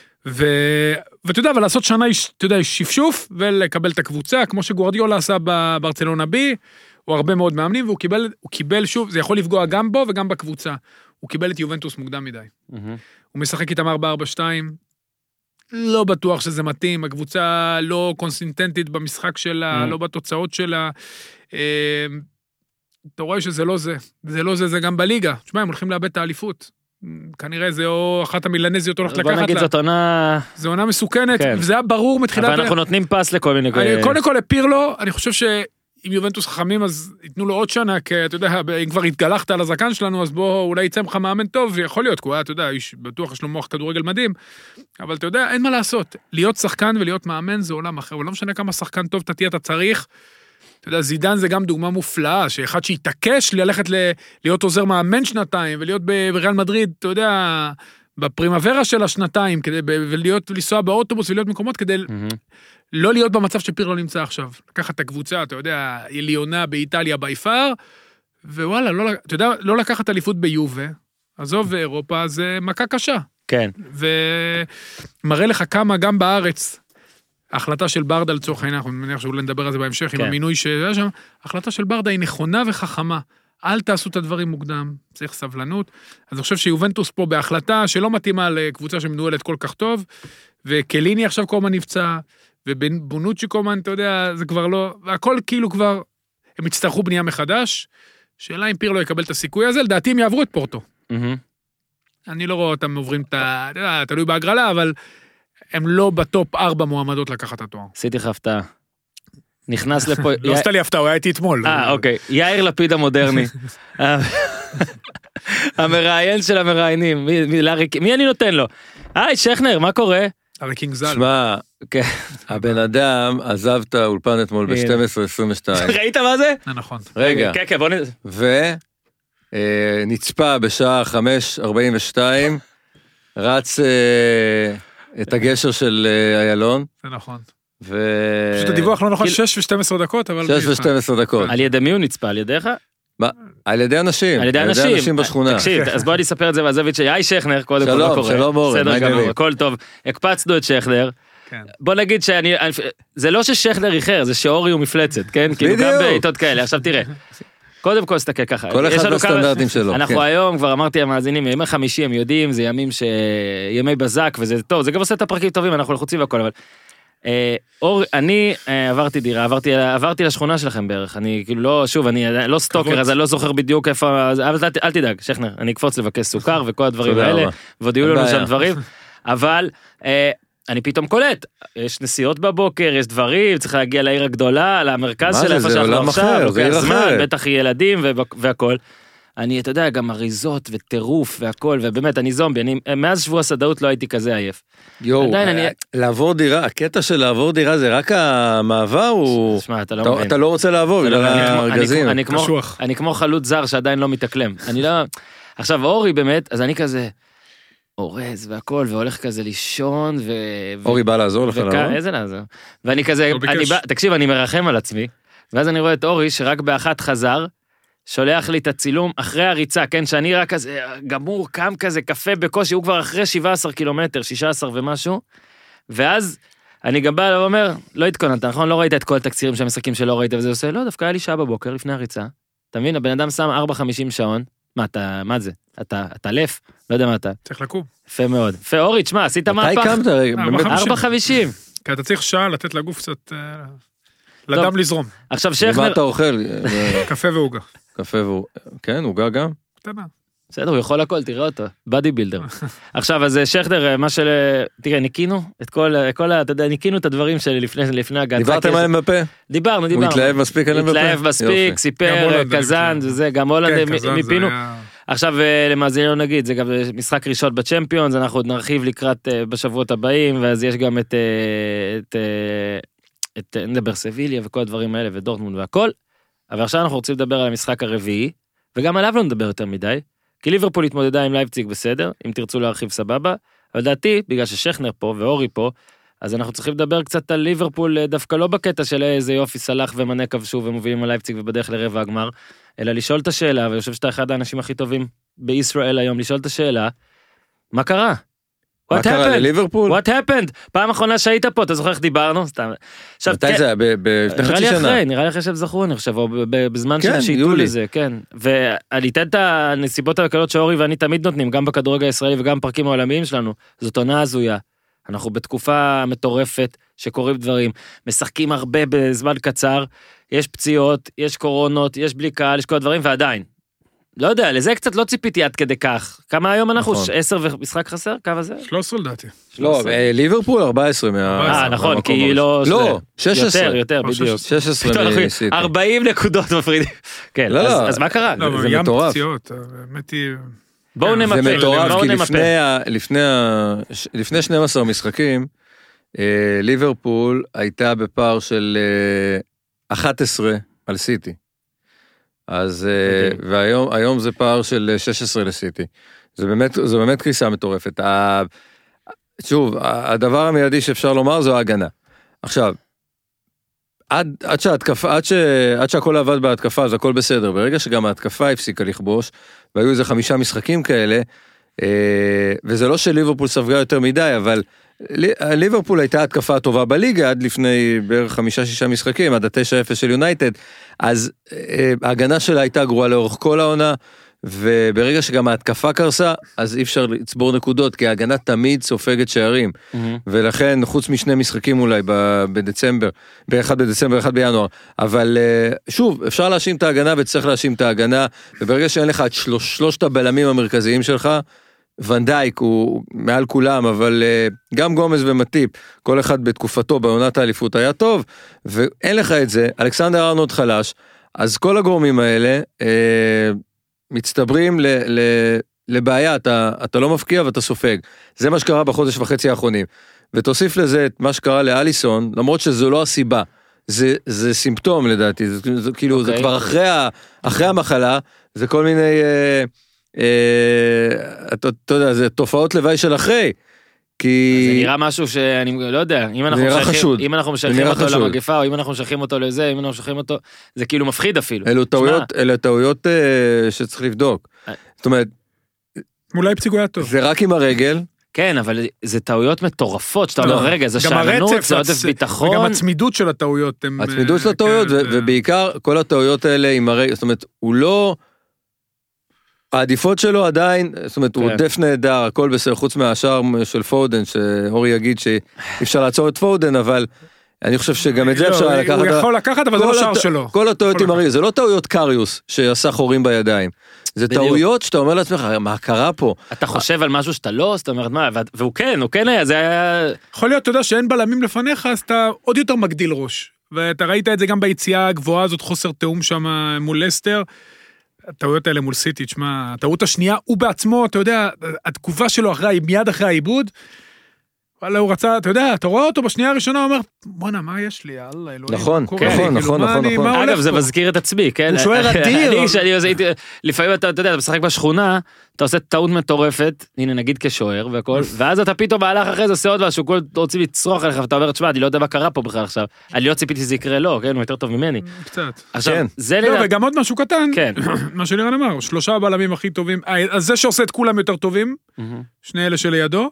[SPEAKER 3] ואתה יודע, ולעשות שנה, אתה יודע, שפשוף, ולקבל את הקבוצה, כמו שגוארדיולה עשה בברצלונה בי, הוא הרבה מאוד מאמנים, והוא קיבל, הוא קיבל שוב, זה יכול לפגוע גם בו וגם בקבוצה. הוא קיבל את יובנטוס מוקדם מדי. הוא משחק איתם ארבע ארבע שתיים, לא בטוח שזה מתאים, הקבוצה לא קונסיסטנטית במשחק שלה, לא בתוצאות שלה. אתה רואה שזה לא זה, זה לא זה, זה גם בליגה. תשמע, הם הולכים לאבד את האליפות. כנראה זה או אחת המילנזיות הולכת לקחת לה.
[SPEAKER 1] בוא נגיד זאת עונה...
[SPEAKER 3] זו עונה מסוכנת,
[SPEAKER 1] כן.
[SPEAKER 3] וזה היה ברור מתחילת...
[SPEAKER 1] אבל אנחנו נותנים פס לכל מיני...
[SPEAKER 3] אני, קודם כל לפירלו, אני חושב שאם יובנטוס חכמים, אז ייתנו לו עוד שנה, כי אתה יודע, אם כבר התגלחת על הזקן שלנו, אז בוא, אולי יצא לך מאמן טוב, ויכול להיות, כי הוא היה, אתה יודע, איש בטוח יש לו מוח כדורגל מדהים, אבל אתה יודע, אין מה לעשות. להיות שחקן ולהיות מאמן זה עולם אחר, ולא משנה כמה שחקן טוב אתה תהיה, אתה צריך. אתה יודע, זידן זה גם דוגמה מופלאה, שאחד שהתעקש ללכת ל... להיות עוזר מאמן שנתיים, ולהיות בריאל מדריד, אתה יודע, בפרימוורה של השנתיים, כדי ולהיות, לנסוע באוטובוס ולהיות מקומות, כדי לא להיות במצב שפירלו נמצא עכשיו. לקחת את הקבוצה, אתה יודע, עליונה באיטליה ביפר, ווואלה, לא, אתה יודע, לא לקחת אליפות ביובה, עזוב אירופה, זה מכה קשה.
[SPEAKER 1] כן.
[SPEAKER 3] ומראה לך כמה גם בארץ, ההחלטה של ברדה לצורך העניין, אנחנו מניח שאולי נדבר על זה בהמשך, עם המינוי שהיה שם, ההחלטה של ברדה היא נכונה וחכמה. אל תעשו את הדברים מוקדם, צריך סבלנות. אז אני חושב שיובנטוס פה בהחלטה שלא מתאימה לקבוצה שמנוהלת כל כך טוב, וקליני עכשיו כל הזמן נפצע, ובונוצ'י כל הזמן, אתה יודע, זה כבר לא, והכל כאילו כבר, הם יצטרכו בנייה מחדש, שאלה אם פירלו יקבל את הסיכוי הזה, לדעתי הם יעברו את פורטו. אני לא רואה אותם עוברים את ה... אתה יודע, תלוי בהגרלה, אבל הם לא בטופ ארבע מועמדות לקחת את התואר.
[SPEAKER 1] עשיתי לך הפתעה. נכנס לפה...
[SPEAKER 3] לא עשתה לי הפתעה, הוא היה איתי אתמול.
[SPEAKER 1] אה, אוקיי. יאיר לפיד המודרני. המראיין של המראיינים. מי אני נותן לו? היי, שכנר, מה קורה?
[SPEAKER 3] הרי קינג זל.
[SPEAKER 4] שמע, הבן אדם עזב את האולפן אתמול ב-שתים עשרה עשרים ושתיים.
[SPEAKER 1] ראית מה זה?
[SPEAKER 3] זה נכון.
[SPEAKER 4] רגע.
[SPEAKER 1] כן, כן, בוא נ...
[SPEAKER 4] ונצפה בשעה חמש ארבעים ושתיים, רץ את הגשר של איילון.
[SPEAKER 3] זה נכון.
[SPEAKER 4] ו...
[SPEAKER 3] פשוט הדיווח לא נכון, שש ושתים עשרה דקות, אבל...
[SPEAKER 4] שש ושתים עשרה דקות.
[SPEAKER 1] על ידי מי הוא נצפה? על ידיך?
[SPEAKER 4] על ידי אנשים.
[SPEAKER 1] על ידי אנשים.
[SPEAKER 4] אנשים בשכונה.
[SPEAKER 1] תקשיב, אז בוא אני אספר את זה מהזווית שלי. היי שכנר, קודם כל מה קורה.
[SPEAKER 4] שלום, שלום אורן.
[SPEAKER 1] בסדר גמור, הכל טוב. הקפצנו את שכנר. בוא נגיד שאני... זה לא ששכנר איחר, זה שאורי הוא מפלצת, כן? כאילו גם בעיתות כאלה. עכשיו תראה. קודם כל סתכל ככה.
[SPEAKER 4] כל אחד בסטנדרטים שלו.
[SPEAKER 1] אנחנו היום, כבר אמרתי המאזינים, ימי חמישי הם יודעים, זה ימים ש... ימי בזק, וזה טוב, זה גם עושה את הפרקים טובים, אנחנו לחוצים והכל, אבל... אור, אני עברתי דירה, עברתי, עברתי לשכונה שלכם בערך, אני כאילו לא, שוב, אני לא סטוקר, אז אני לא זוכר בדיוק איפה, אבל אל תדאג, שכנר, אני אקפוץ לבקש סוכר וכל הדברים האלה, ועוד יהיו לנו שם דברים, אבל אני פתאום קולט, יש נסיעות בבוקר, יש דברים, צריך להגיע לעיר הגדולה, למרכז של איפה שאנחנו עכשיו, לוקח זמן, בטח ילדים והכל. אני, אתה יודע, גם אריזות וטירוף והכל, ובאמת, אני זומבי, אני, מאז שבוע הסדאות לא הייתי כזה עייף.
[SPEAKER 4] יואו, לעבור דירה, הקטע של לעבור דירה זה רק המעבר, הוא...
[SPEAKER 1] שמע, אתה לא מבין.
[SPEAKER 4] אתה לא רוצה לעבור, בגלל הארגזים.
[SPEAKER 1] אני כמו חלוץ זר שעדיין לא מתאקלם. אני לא... עכשיו, אורי באמת, אז אני כזה... אורז והכל, והולך כזה לישון, ו...
[SPEAKER 4] אורי בא לעזור לך, לא?
[SPEAKER 1] איזה לעזור? ואני כזה, תקשיב, אני מרחם על עצמי, ואז אני רואה את אורי שרק באחת חזר, שולח לי את הצילום אחרי הריצה, כן, שאני רק כזה גמור, קם כזה, קפה בקושי, הוא כבר אחרי שבעה עשר קילומטר, שישה עשר ומשהו, ואז אני גם בא ואומר, לא התכוננת, נכון? לא ראית את כל התקצירים של המשחקים שלא ראית, וזה עושה, לא, דווקא היה לי שעה בבוקר לפני הריצה, אתה מבין, הבן אדם שם ארבע חמישים שעון, מה, אתה, מה זה? אתה, אתה לף? לא יודע מה אתה.
[SPEAKER 3] צריך לקום.
[SPEAKER 1] יפה מאוד. יפה, אורי, תשמע, עשית מהפך.
[SPEAKER 4] מתי קמת?
[SPEAKER 1] ארבע חמישים.
[SPEAKER 3] כי אתה צריך שעה לתת לגוף קצת, לדם לזרום.
[SPEAKER 1] עכשיו שכנר...
[SPEAKER 4] ומה אתה אוכל?
[SPEAKER 3] קפה ועוגה.
[SPEAKER 4] קפה ועוגה, כן, עוגה גם?
[SPEAKER 3] קטנה.
[SPEAKER 1] בסדר, הוא יכול הכל, תראה אותו, בדי בילדר. עכשיו, אז שכנר, מה של... תראה, ניקינו את כל, כל ה... אתה יודע, ניקינו את הדברים שלי לפני, לפני הגן.
[SPEAKER 4] דיברתם עליהם בפה?
[SPEAKER 1] דיברנו, דיברנו.
[SPEAKER 4] הוא התלהב מספיק עליהם בפה?
[SPEAKER 1] התלהב מספיק, סיפר, קזן, וזה, גם הולנד, מיפינו. עכשיו, למאזינינו נגיד, זה גם משחק ראשון בצ'מפיונס, אנחנו עוד נרחיב לקראת בשבועות הבאים, ואז יש גם את... את... את נדבר סביליה וכל הדברים האלה, ודורטמונד והכל. אבל עכשיו אנחנו רוצים לדבר על המשחק הרביעי, וגם עליו לא נדבר יותר מדי, כי ליברפול התמודדה עם לייפציג בסדר, אם תרצו להרחיב סבבה, אבל דעתי, בגלל ששכנר פה ואורי פה, אז אנחנו צריכים לדבר קצת על ליברפול, דווקא לא בקטע של איזה יופי סלח ומנה כבשו ומובילים על לייפציג ובדרך לרבע הגמר, אלא לשאול את השאלה, ואני חושב שאתה אחד האנשים הכי טובים בישראל היום, לשאול את השאלה, מה קרה?
[SPEAKER 4] מה קרה לליברפול?
[SPEAKER 1] What happened? פעם אחרונה שהיית פה, אתה זוכר איך דיברנו?
[SPEAKER 4] מתי זה היה? בחצי שנה?
[SPEAKER 1] נראה לי אחרי, נראה לי אחרי שהם זכרו, אני חושב, או בזמן שהייתו לזה, כן. ואני אתן את הנסיבות הקלות שאורי ואני תמיד נותנים, גם בכדורגל הישראלי וגם בפרקים העולמיים שלנו, זאת עונה הזויה. אנחנו בתקופה מטורפת שקורים דברים, משחקים הרבה בזמן קצר, יש פציעות, יש קורונות, יש בלי קהל, יש כל הדברים, ועדיין. לא יודע, לזה קצת לא ציפיתי עד כדי כך. כמה היום אנחנו?
[SPEAKER 4] נכון.
[SPEAKER 1] עשר ומשחק חסר? כמה זה?
[SPEAKER 3] שלוש עשרה לדעתי.
[SPEAKER 4] לא, אה, ליברפול ארבע עשרה מה...
[SPEAKER 1] אה, נכון,
[SPEAKER 4] מהמקום
[SPEAKER 1] כי היא
[SPEAKER 4] הראשון.
[SPEAKER 1] לא...
[SPEAKER 4] לא, שש עשרה.
[SPEAKER 1] יותר, יותר,
[SPEAKER 3] או
[SPEAKER 1] בדיוק.
[SPEAKER 3] שש
[SPEAKER 4] שש עשרה
[SPEAKER 1] פתאום אנחנו
[SPEAKER 4] מסיטי.
[SPEAKER 1] ארבעים נקודות מפרידים. כן,
[SPEAKER 4] לא,
[SPEAKER 1] אז-
[SPEAKER 4] לא.
[SPEAKER 1] אז מה קרה?
[SPEAKER 3] לא,
[SPEAKER 4] זה
[SPEAKER 3] ים
[SPEAKER 4] מטורף.
[SPEAKER 3] פציעות, האמת היא...
[SPEAKER 1] בואו
[SPEAKER 3] כן,
[SPEAKER 1] נמפה.
[SPEAKER 4] זה מטורף,
[SPEAKER 1] בואו
[SPEAKER 4] כי
[SPEAKER 1] נמפה.
[SPEAKER 4] לפני ה- לפני ה- ש- לפני שנים עשר משחקים, אה, ליברפול הייתה בפער של אה, אחת עשרה על סיטי. אז, אה,
[SPEAKER 1] מדהים.
[SPEAKER 4] והיום היום זה פער של שש עשרה לסיטי. זה באמת, זה באמת קריסה מטורפת. ה- שוב, ה- הדבר המיידי שאפשר לומר זו ההגנה. עכשיו, עד, עד שההתקפה, עד, ש, עד שהכל עבד בהתקפה, אז הכל בסדר. ברגע שגם ההתקפה הפסיקה לכבוש, והיו איזה חמישה משחקים כאלה, אה, וזה לא שליברפול ספגה יותר מדי, אבל לי- ליברפול הייתה התקפה טובה בליגה, עד לפני בערך חמישה-שישה משחקים, עד ה-תשע אפס של יונייטד, אז אה, ההגנה שלה הייתה גרועה לאורך כל העונה, וברגע שגם ההתקפה קרסה, אז אי אפשר לצבור נקודות, כי ההגנה תמיד סופגת שערים.
[SPEAKER 1] מהמם.
[SPEAKER 4] ולכן, חוץ משני משחקים אולי ב- בדצמבר, באחד בדצמבר, אחד בינואר, אבל אה, שוב, אפשר להאשים את ההגנה וצריך להאשים את ההגנה, וברגע שאין לך את שלוש, שלושת הבלמים המרכזיים שלך, ונדייק הוא מעל כולם, אבל אה, גם גומז ומטיפ, כל אחד בתקופתו בעונת האליפות היה טוב, ואין לך את זה, אלכסנדר ארנולד חלש, אז כל הגורמים האלה אה, מצטברים ל... ל לבעיה, אתה, אתה לא מפקיע ואתה סופג. זה מה שקרה בחודש וחצי האחרונים. ותוסיף לזה את מה שקרה לאליסון, למרות שזו לא הסיבה. זה, זה סימפטום לדעתי, זה, זה, כאילו, זה
[SPEAKER 1] אוקיי.
[SPEAKER 4] כבר אחרי, ה, אחרי המחלה, זה כל מיני, אה, אה, אתה, אתה יודע, זה תופעות לוואי של אחרי. כי...
[SPEAKER 1] זה נראה משהו שאני לא יודע, אם אנחנו
[SPEAKER 4] נראה
[SPEAKER 1] משייכים-
[SPEAKER 4] חשוד.
[SPEAKER 1] אם אנחנו
[SPEAKER 4] זה
[SPEAKER 1] משייכים
[SPEAKER 4] נראה
[SPEAKER 1] אותו
[SPEAKER 4] חשוד.
[SPEAKER 1] למגפה, או אם אנחנו משייכים אותו לזה, אם אנחנו משייכים אותו, זה כאילו מפחיד אפילו.
[SPEAKER 4] אלו טעויות,
[SPEAKER 1] שמע,
[SPEAKER 4] אלה טעויות אה, שצריך לבדוק.
[SPEAKER 1] אה.
[SPEAKER 4] זאת אומרת,
[SPEAKER 3] אולי פציגו היה טוב.
[SPEAKER 4] זה רק עם הרגל,
[SPEAKER 1] כן, אבל זה טעויות מטורפות, שאתה
[SPEAKER 3] לא.
[SPEAKER 1] אומר, רגע, זה
[SPEAKER 3] גם
[SPEAKER 1] שאננות,
[SPEAKER 3] הרצף,
[SPEAKER 1] זה עודף
[SPEAKER 3] הצ-
[SPEAKER 1] ביטחון.
[SPEAKER 3] וגם הצמידות של הטעויות. הם,
[SPEAKER 4] הצמידות של
[SPEAKER 3] אה,
[SPEAKER 4] הטעויות,
[SPEAKER 3] כן,
[SPEAKER 4] ו-
[SPEAKER 3] זה-
[SPEAKER 4] ובעיקר כל הטעויות האלה עם הרגל, זאת אומרת, הוא לא... העדיפות שלו עדיין, זאת אומרת, הוא
[SPEAKER 1] כן.
[SPEAKER 4] עודף נהדר, הכל בסדר, חוץ מהשאר של פודן, שאורי יגיד שאי אפשר לעצור את פודן, אבל אני חושב שגם את זה
[SPEAKER 3] לא,
[SPEAKER 4] אפשר
[SPEAKER 3] הוא-
[SPEAKER 4] לקחת.
[SPEAKER 3] הוא יכול לקחת, אבל זה
[SPEAKER 4] כל
[SPEAKER 3] לא שער
[SPEAKER 4] הט-
[SPEAKER 3] שלו.
[SPEAKER 4] כל הטעויות
[SPEAKER 3] יכול
[SPEAKER 4] עם הרגל, זה לא טעויות קריוס, שעשה חורים בידיים. זה
[SPEAKER 1] בדיוק.
[SPEAKER 4] טעויות שאתה אומר לעצמך, מה קרה פה?
[SPEAKER 1] אתה חושב על משהו שאתה לא, זאת אומרת, מה, והוא כן, הוא כן היה, זה היה...
[SPEAKER 3] יכול להיות, אתה יודע, שאין בלמים לפניך, אז אתה עוד יותר מגדיל ראש. ואתה ראית את זה גם ביציאה הגבוהה הזאת, חוסר תאום שם מול לסטר. הטעויות האלה מול סיטי, תשמע, הטעות השנייה, הוא בעצמו, אתה יודע, התגובה שלו אחרי, מיד אחרי העיבוד, וואלה, הוא רצה, אתה יודע, אתה רואה אותו בשנייה הראשונה, הוא אומר, בואנה, מה יש לי, יאללה, אלוהים,
[SPEAKER 4] נכון,
[SPEAKER 3] מה קורה לי?
[SPEAKER 4] נכון,
[SPEAKER 3] כאילו,
[SPEAKER 4] נכון,
[SPEAKER 3] מה
[SPEAKER 4] נכון,
[SPEAKER 3] אני-
[SPEAKER 4] נכון.
[SPEAKER 3] מה הולך
[SPEAKER 1] אגב, זה
[SPEAKER 3] פה?
[SPEAKER 1] מזכיר את עצמי, כן?
[SPEAKER 3] הוא שוער אדיר.
[SPEAKER 1] אני, כשאני הייתי, לפעמים אתה, אתה יודע, אתה משחק בשכונה, אתה עושה טעות מטורפת, הנה נגיד כשוער והכל, ואז אתה פתאום מהלך אחרי זה עושה עוד משהו, כל רוצים לצרוח עליך, ואתה אומר, תשמע, אני לא יודע מה קרה פה בכלל עכשיו, אני לא ציפיתי שזה יקרה לו, כן, הוא יותר טוב ממני.
[SPEAKER 3] קצת.
[SPEAKER 1] עכשיו,
[SPEAKER 4] כן.
[SPEAKER 1] זה
[SPEAKER 3] לא,
[SPEAKER 1] לדעת,
[SPEAKER 3] וגם עוד משהו קטן,
[SPEAKER 1] כן.
[SPEAKER 3] מה שלירן אמר, שלושה הבלמים הכי טובים, אה, אז זה שעושה את כולם יותר טובים,
[SPEAKER 1] מהמם.
[SPEAKER 3] שני אלה שלידו,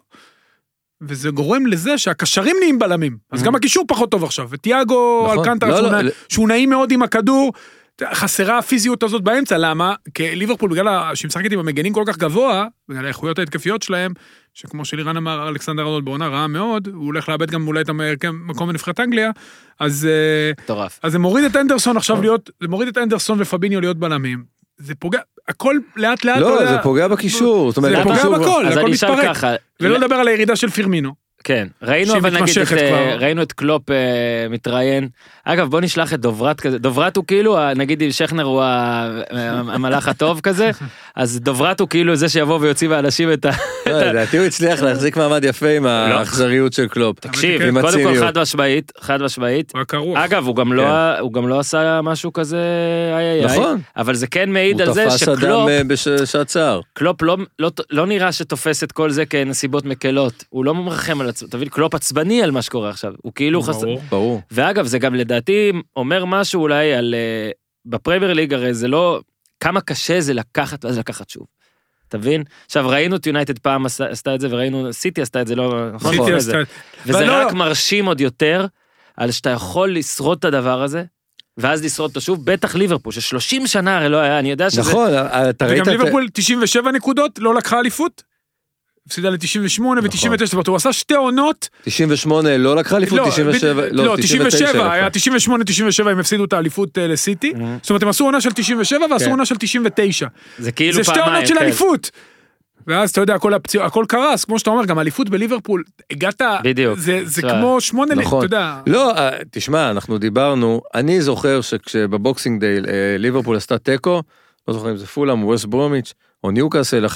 [SPEAKER 3] וזה גורם לזה שהקשרים נהיים בלמים, אז גם הקישור פחות טוב עכשיו, וטיאגו
[SPEAKER 4] נכון.
[SPEAKER 3] אלקנטרה,
[SPEAKER 4] לא,
[SPEAKER 3] שהוא
[SPEAKER 4] לא,
[SPEAKER 3] נע-
[SPEAKER 4] לא.
[SPEAKER 3] שהוא נעים מאוד עם הכדור, חסרה הפיזיות הזאת באמצע, למה? כי ליברפול, בגלל ה- שהיא משחקת עם המגנים כל כך גבוה, בגלל האיכויות ההתקפיות שלהם, שכמו שלירן אמר, אלכסנדר ארנולד בעונה רעה מאוד, הוא הולך לאבד גם אולי את המקום בנבחרת אנגליה, אז אה,
[SPEAKER 1] מטורף.
[SPEAKER 3] אז זה מוריד את אנדרסון עכשיו להיות, זה מוריד את אנדרסון ופביניו להיות בלמים. זה פוגע, הכל לאט לאט,
[SPEAKER 4] לא,
[SPEAKER 3] אתה יודע,
[SPEAKER 4] זה פוגע בקישור. זאת אומרת,
[SPEAKER 3] זה פוגע
[SPEAKER 4] הקישור-
[SPEAKER 3] בכל,
[SPEAKER 1] אז
[SPEAKER 3] הכל
[SPEAKER 1] אני אשאל
[SPEAKER 3] מתפרק.
[SPEAKER 1] ככה,
[SPEAKER 3] ולא לדבר על הירידה של פירמינו.
[SPEAKER 1] כן, ראינו
[SPEAKER 3] שהיא
[SPEAKER 1] אבל נגיד, את,
[SPEAKER 3] מתמשכת
[SPEAKER 1] אה,
[SPEAKER 3] כבר.
[SPEAKER 1] ראינו את קלופ אה, מתראיין, אגב בוא נשלח את דוברת כזה, דוברת הוא כאילו, ה- נגיד אם שכנר הוא ה- המלאך הטוב כזה, אז דוברת הוא כאילו זה שיבוא ויוציא מהאנשים את ה...
[SPEAKER 4] לא, לדעתי הוא הצליח להחזיק מעמד יפה עם האכזריות של קלופ.
[SPEAKER 1] תקשיב,
[SPEAKER 3] כן,
[SPEAKER 4] עם
[SPEAKER 1] קודם כל
[SPEAKER 4] הציניות.
[SPEAKER 1] חד משמעית, חד משמעית,
[SPEAKER 3] הוא היה קרוח.
[SPEAKER 1] אגב הוא גם לא, הוא גם לא עשה משהו כזה, איי איי איי,
[SPEAKER 4] נכון.
[SPEAKER 1] אבל זה כן מעיד
[SPEAKER 4] הוא
[SPEAKER 1] על זה
[SPEAKER 4] תפס אדם
[SPEAKER 1] שקלופ,
[SPEAKER 4] אה, בשעת צער.
[SPEAKER 1] קלופ לא, לא, לא נראה שתופס את כל זה כנסיבות מקלות, הוא לא מרחם על עצמו, תבין, קלופ עצבני על מה שקורה עכשיו, הוא כאילו חסר,
[SPEAKER 3] ברור.
[SPEAKER 4] ברור.
[SPEAKER 1] ואגב זה גם לדעתי אומר משהו אולי על, אה, בפרמייר ליג הרי זה לא, כמה קשה זה לקחת ואז לקחת שוב, תבין? עכשיו ראינו את יונייטד פעם עשתה, עשתה את זה וראינו, סיטי עשתה את זה, לא, נכון?
[SPEAKER 3] סיטי
[SPEAKER 1] לפני
[SPEAKER 3] עשתה
[SPEAKER 1] זה.
[SPEAKER 3] את-
[SPEAKER 1] וזה
[SPEAKER 3] אבל לא,
[SPEAKER 1] רק
[SPEAKER 3] לא.
[SPEAKER 1] מרשים עוד יותר, על שאתה יכול לשרוד את הדבר הזה, ואז לשרוד אותו שוב, בטח ליברפול, ששלושים שנה הרי לא היה, אני יודע שזה...
[SPEAKER 4] נכון, אתה ראית...
[SPEAKER 3] וגם
[SPEAKER 4] את-
[SPEAKER 3] ליברפול תשעים ושבע נקודות, לא לקחה אליפות, הפסידה ל-תשעים ושמונה ו-תשעים ותשע, זאת אומרת, הוא עשה שתי עונות.
[SPEAKER 4] תשעים ושמונה לא לקחה אליפות, תשעים ושבע,
[SPEAKER 3] לא, תשעים ושבע, היה תשעים ושמונה תשעים ושבע, הם הפסידו את האליפות לסיטי, זאת אומרת, הם עשו עונה של תשעים ושבע, ועשו עונה של תשעים ותשע.
[SPEAKER 1] זה כאילו
[SPEAKER 3] זה שתי עונות של אליפות. ואז אתה יודע, הכל קרס, כמו שאתה אומר, גם אליפות בליברפול, הגעת, זה כמו שמונה, אתה יודע.
[SPEAKER 4] לא, תשמע, אנחנו דיברנו, אני זוכר שכשבבוקסינג דיי ליברפול עשתה טקו, לא זוכר אם זה פולאם, ווסט ברומיץ', או ניוקאסל,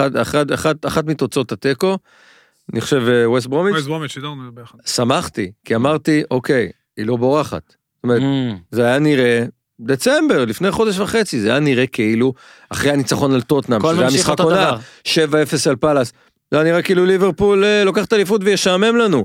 [SPEAKER 4] אחת מתוצאות הטקו, אני חושב ווסט ברומיץ',
[SPEAKER 3] ווסט ברומיץ', שידרנו ביחד.
[SPEAKER 4] שמחתי, כי אמרתי, אוקיי, היא לא בורחת. זאת אומרת, זה היה נראה, דצמבר, לפני חודש וחצי, זה היה נראה כאילו, אחרי הניצחון על טוטנאם, שזה היה משחק עונה, שבע אפס על פלאס, זה היה נראה כאילו ליברפול לוקחת אליפות וישעמם לנו.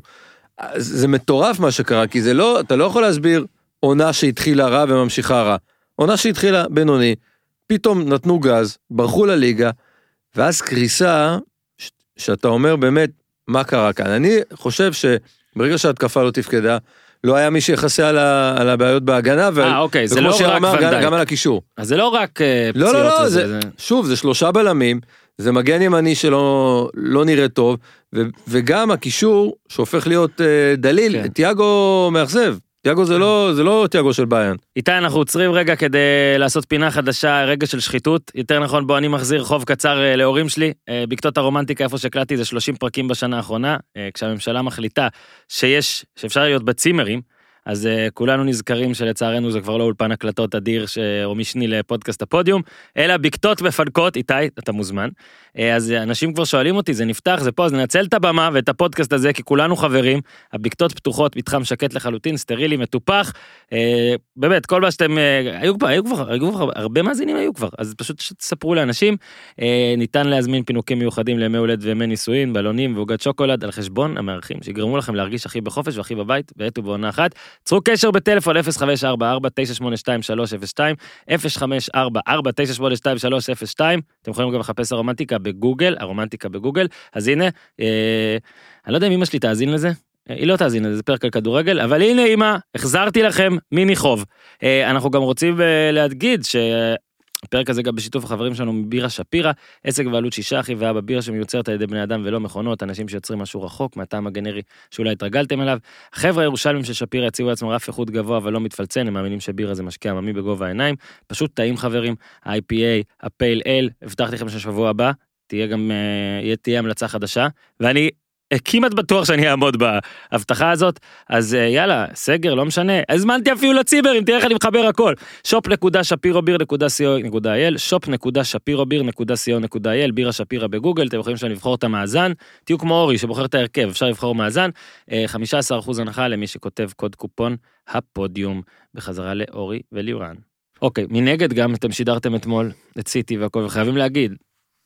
[SPEAKER 4] זה מטורף מה שקרה, כי זה לא, אתה לא יכול להסביר עונה שהתחילה רע וממשיכה רע. עונה שהתחילה בינוני, פתאום נתנו גז, ברחו לליגה, ואז קריסה, ש- שאתה אומר באמת, מה קרה כאן? אני חושב שברגע שההתקפה לא תפקדה, לא היה מי שיחסה על, ה- על הבעיות בהגנה, ו-
[SPEAKER 1] אה, אוקיי, זה לא רק
[SPEAKER 4] אמר, גם,
[SPEAKER 1] ונדייק.
[SPEAKER 4] גם על הקישור.
[SPEAKER 1] אז זה לא רק uh,
[SPEAKER 4] לא,
[SPEAKER 1] פציעות.
[SPEAKER 4] לא, לא,
[SPEAKER 1] לזה,
[SPEAKER 4] זה,
[SPEAKER 1] זה...
[SPEAKER 4] שוב, זה שלושה בלמים, זה מגן ימני שלא לא נראה טוב, ו- וגם הקישור שהופך להיות uh, דליל,
[SPEAKER 1] כן.
[SPEAKER 4] תיאגו מאכזב. תיאגו זה לא, זה לא תיאגו של ביין.
[SPEAKER 1] איתי, אנחנו עוצרים רגע כדי לעשות פינה חדשה, רגע של שחיתות. יותר נכון, בוא אני מחזיר חוב קצר להורים שלי. בקתות הרומנטיקה, איפה שקלטתי, זה שלושים פרקים בשנה האחרונה. כשהממשלה מחליטה שיש, שאפשר להיות בצימרים, אז uh, כולנו נזכרים שלצערנו זה כבר לא אולפן הקלטות אדיר ש... או משני לפודקאסט הפודיום, אלא בקתות מפנקות, איתי, אתה מוזמן. Uh, אז אנשים כבר שואלים אותי, זה נפתח, זה פה, אז ננצל את הבמה ואת הפודקאסט הזה, כי כולנו חברים, הבקתות פתוחות, מתחם שקט לחלוטין, סטרילי, מטופח, uh, באמת, כל מה שאתם, uh, היו כבר, היו כבר, היו כבר, הרבה מאזינים היו כבר, אז פשוט תספרו לאנשים, uh, ניתן להזמין פינוקים מיוחדים לימי הולד וימי נישואין, בלונים ועוגת שוקולד על חשבון המארחים, שיגרמו לכם להרגיש הכי בחופש והכי בבית, בעת ובעונה אחת. צרו קשר בטלפון אפס חמש ארבע ארבע תשע שמונה שתיים שלוש אפס שתיים, אפס חמש ארבע ארבע תשע שמונה שתיים שלוש אפס שתיים, אתם יכולים גם לחפש הרומנטיקה בגוגל, הרומנטיקה בגוגל, אז הנה, אה, אני לא יודע אם אמא שלי תאזין לזה, אה, היא לא תאזין לזה, זה פרק על כדורגל, אבל הנה אמא, החזרתי לכם מיני חוב. אה, אנחנו גם רוצים אה, להדגיד ש... הפרק הזה גם בשיתוף החברים שלנו מבירה שפירה, עסק ועלות שישה אחי ואבא בירה שמיוצרת על ידי בני אדם ולא מכונות, אנשים שיוצרים משהו רחוק מהטעם הגנרי שאולי התרגלתם אליו. החבר'ה הירושלמים של שפירה הציבו לעצמם רף איכות גבוה ולא מתפלצן, הם מאמינים שבירה זה משקיע עממי בגובה העיניים, פשוט טעים חברים, ה-איי פי איי, הפייל אל, הבטחתי לכם ששבוע הבא, תהיה גם, תהיה המלצה חדשה, ואני כמעט בטוח שאני אעמוד בהבטחה הזאת, אז יאללה, סגר, לא משנה, הזמנתי אפילו לציבר, אם תראה איך אני מחבר הכל, שופ נקודה שפירו ביר נקודה סי או נקודה איי אל, שופ נקודה שפירו ביר נקודה סי או נקודה איי אל, בירה שפירה בגוגל, אתם יכולים שאני לבחור את המאזן, תהיו כמו אורי שבוחר את ההרכב, אפשר לבחור מאזן, חמישה עשר אחוז הנחה למי שכותב קוד קופון הפודיום, בחזרה לאורי וליורן. אוקיי, מנגד גם אתם שידרתם אתמול את סיטי והכל, וחייבים להגיד,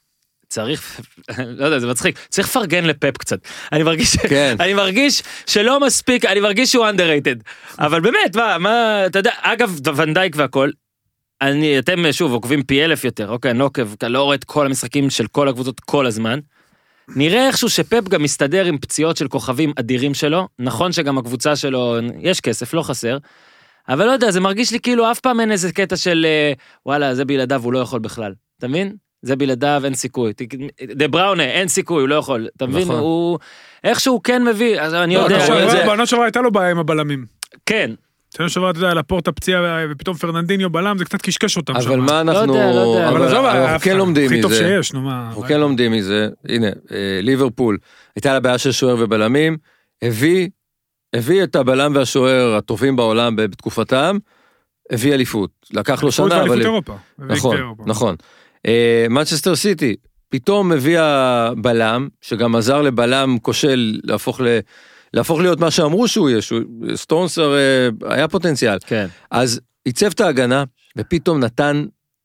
[SPEAKER 1] צריך, לא יודע, זה מצחיק, צריך לפרגן לפפ קצת. אני מרגיש,
[SPEAKER 4] כן.
[SPEAKER 1] אני מרגיש שלא מספיק, אני מרגיש שהוא underrated. אבל באמת, מה, מה, אתה יודע, אגב, ונדייק והכל, אני, אתם שוב עוקבים פי אלף יותר, אוקיי, אני לא עוקב, לא רואה את כל המשחקים של כל הקבוצות כל הזמן. נראה איכשהו שפפ גם מסתדר עם פציעות של כוכבים אדירים שלו, נכון שגם הקבוצה שלו, יש כסף, לא חסר, אבל לא יודע, זה מרגיש לי כאילו אף פעם אין איזה קטע של, וואלה, זה בלעדיו, הוא לא יכול בכלל. אתה מבין? זה בלעדיו, אין סיכוי. דה בראונה, אין סיכוי, הוא לא יכול. אתה מבין? הוא... איכשהו כן מביא, אז אני יודע...
[SPEAKER 3] בעונה שעברה הייתה לו בעיה עם הבלמים.
[SPEAKER 1] כן.
[SPEAKER 3] בעונה שעברה, אתה יודע, לפורט הפציעה, ופתאום פרננדיניו בלם, זה קצת קשקש אותם שם.
[SPEAKER 4] אבל מה אנחנו...
[SPEAKER 1] לא יודע, לא יודע.
[SPEAKER 3] אבל עזוב,
[SPEAKER 4] אנחנו כן לומדים מזה.
[SPEAKER 3] הכי טוב שיש, נו מה...
[SPEAKER 4] אנחנו כן לומדים מזה. הנה, ליברפול, הייתה לה בעיה של שוער ובלמים, הביא, הביא את הבלם והשוער הטובים בעולם בתקופתם, הביא אליפות. לקח לו שנה, אבל... נכון, נכון. מנצ'סטר סיטי, פתאום מביא הבלם, שגם עזר לבלם כושל להפוך, ל, להפוך להיות מה שאמרו שהוא יש, סטונסר היה פוטנציאל.
[SPEAKER 1] כן.
[SPEAKER 4] אז ייצב את ההגנה, ופתאום נתן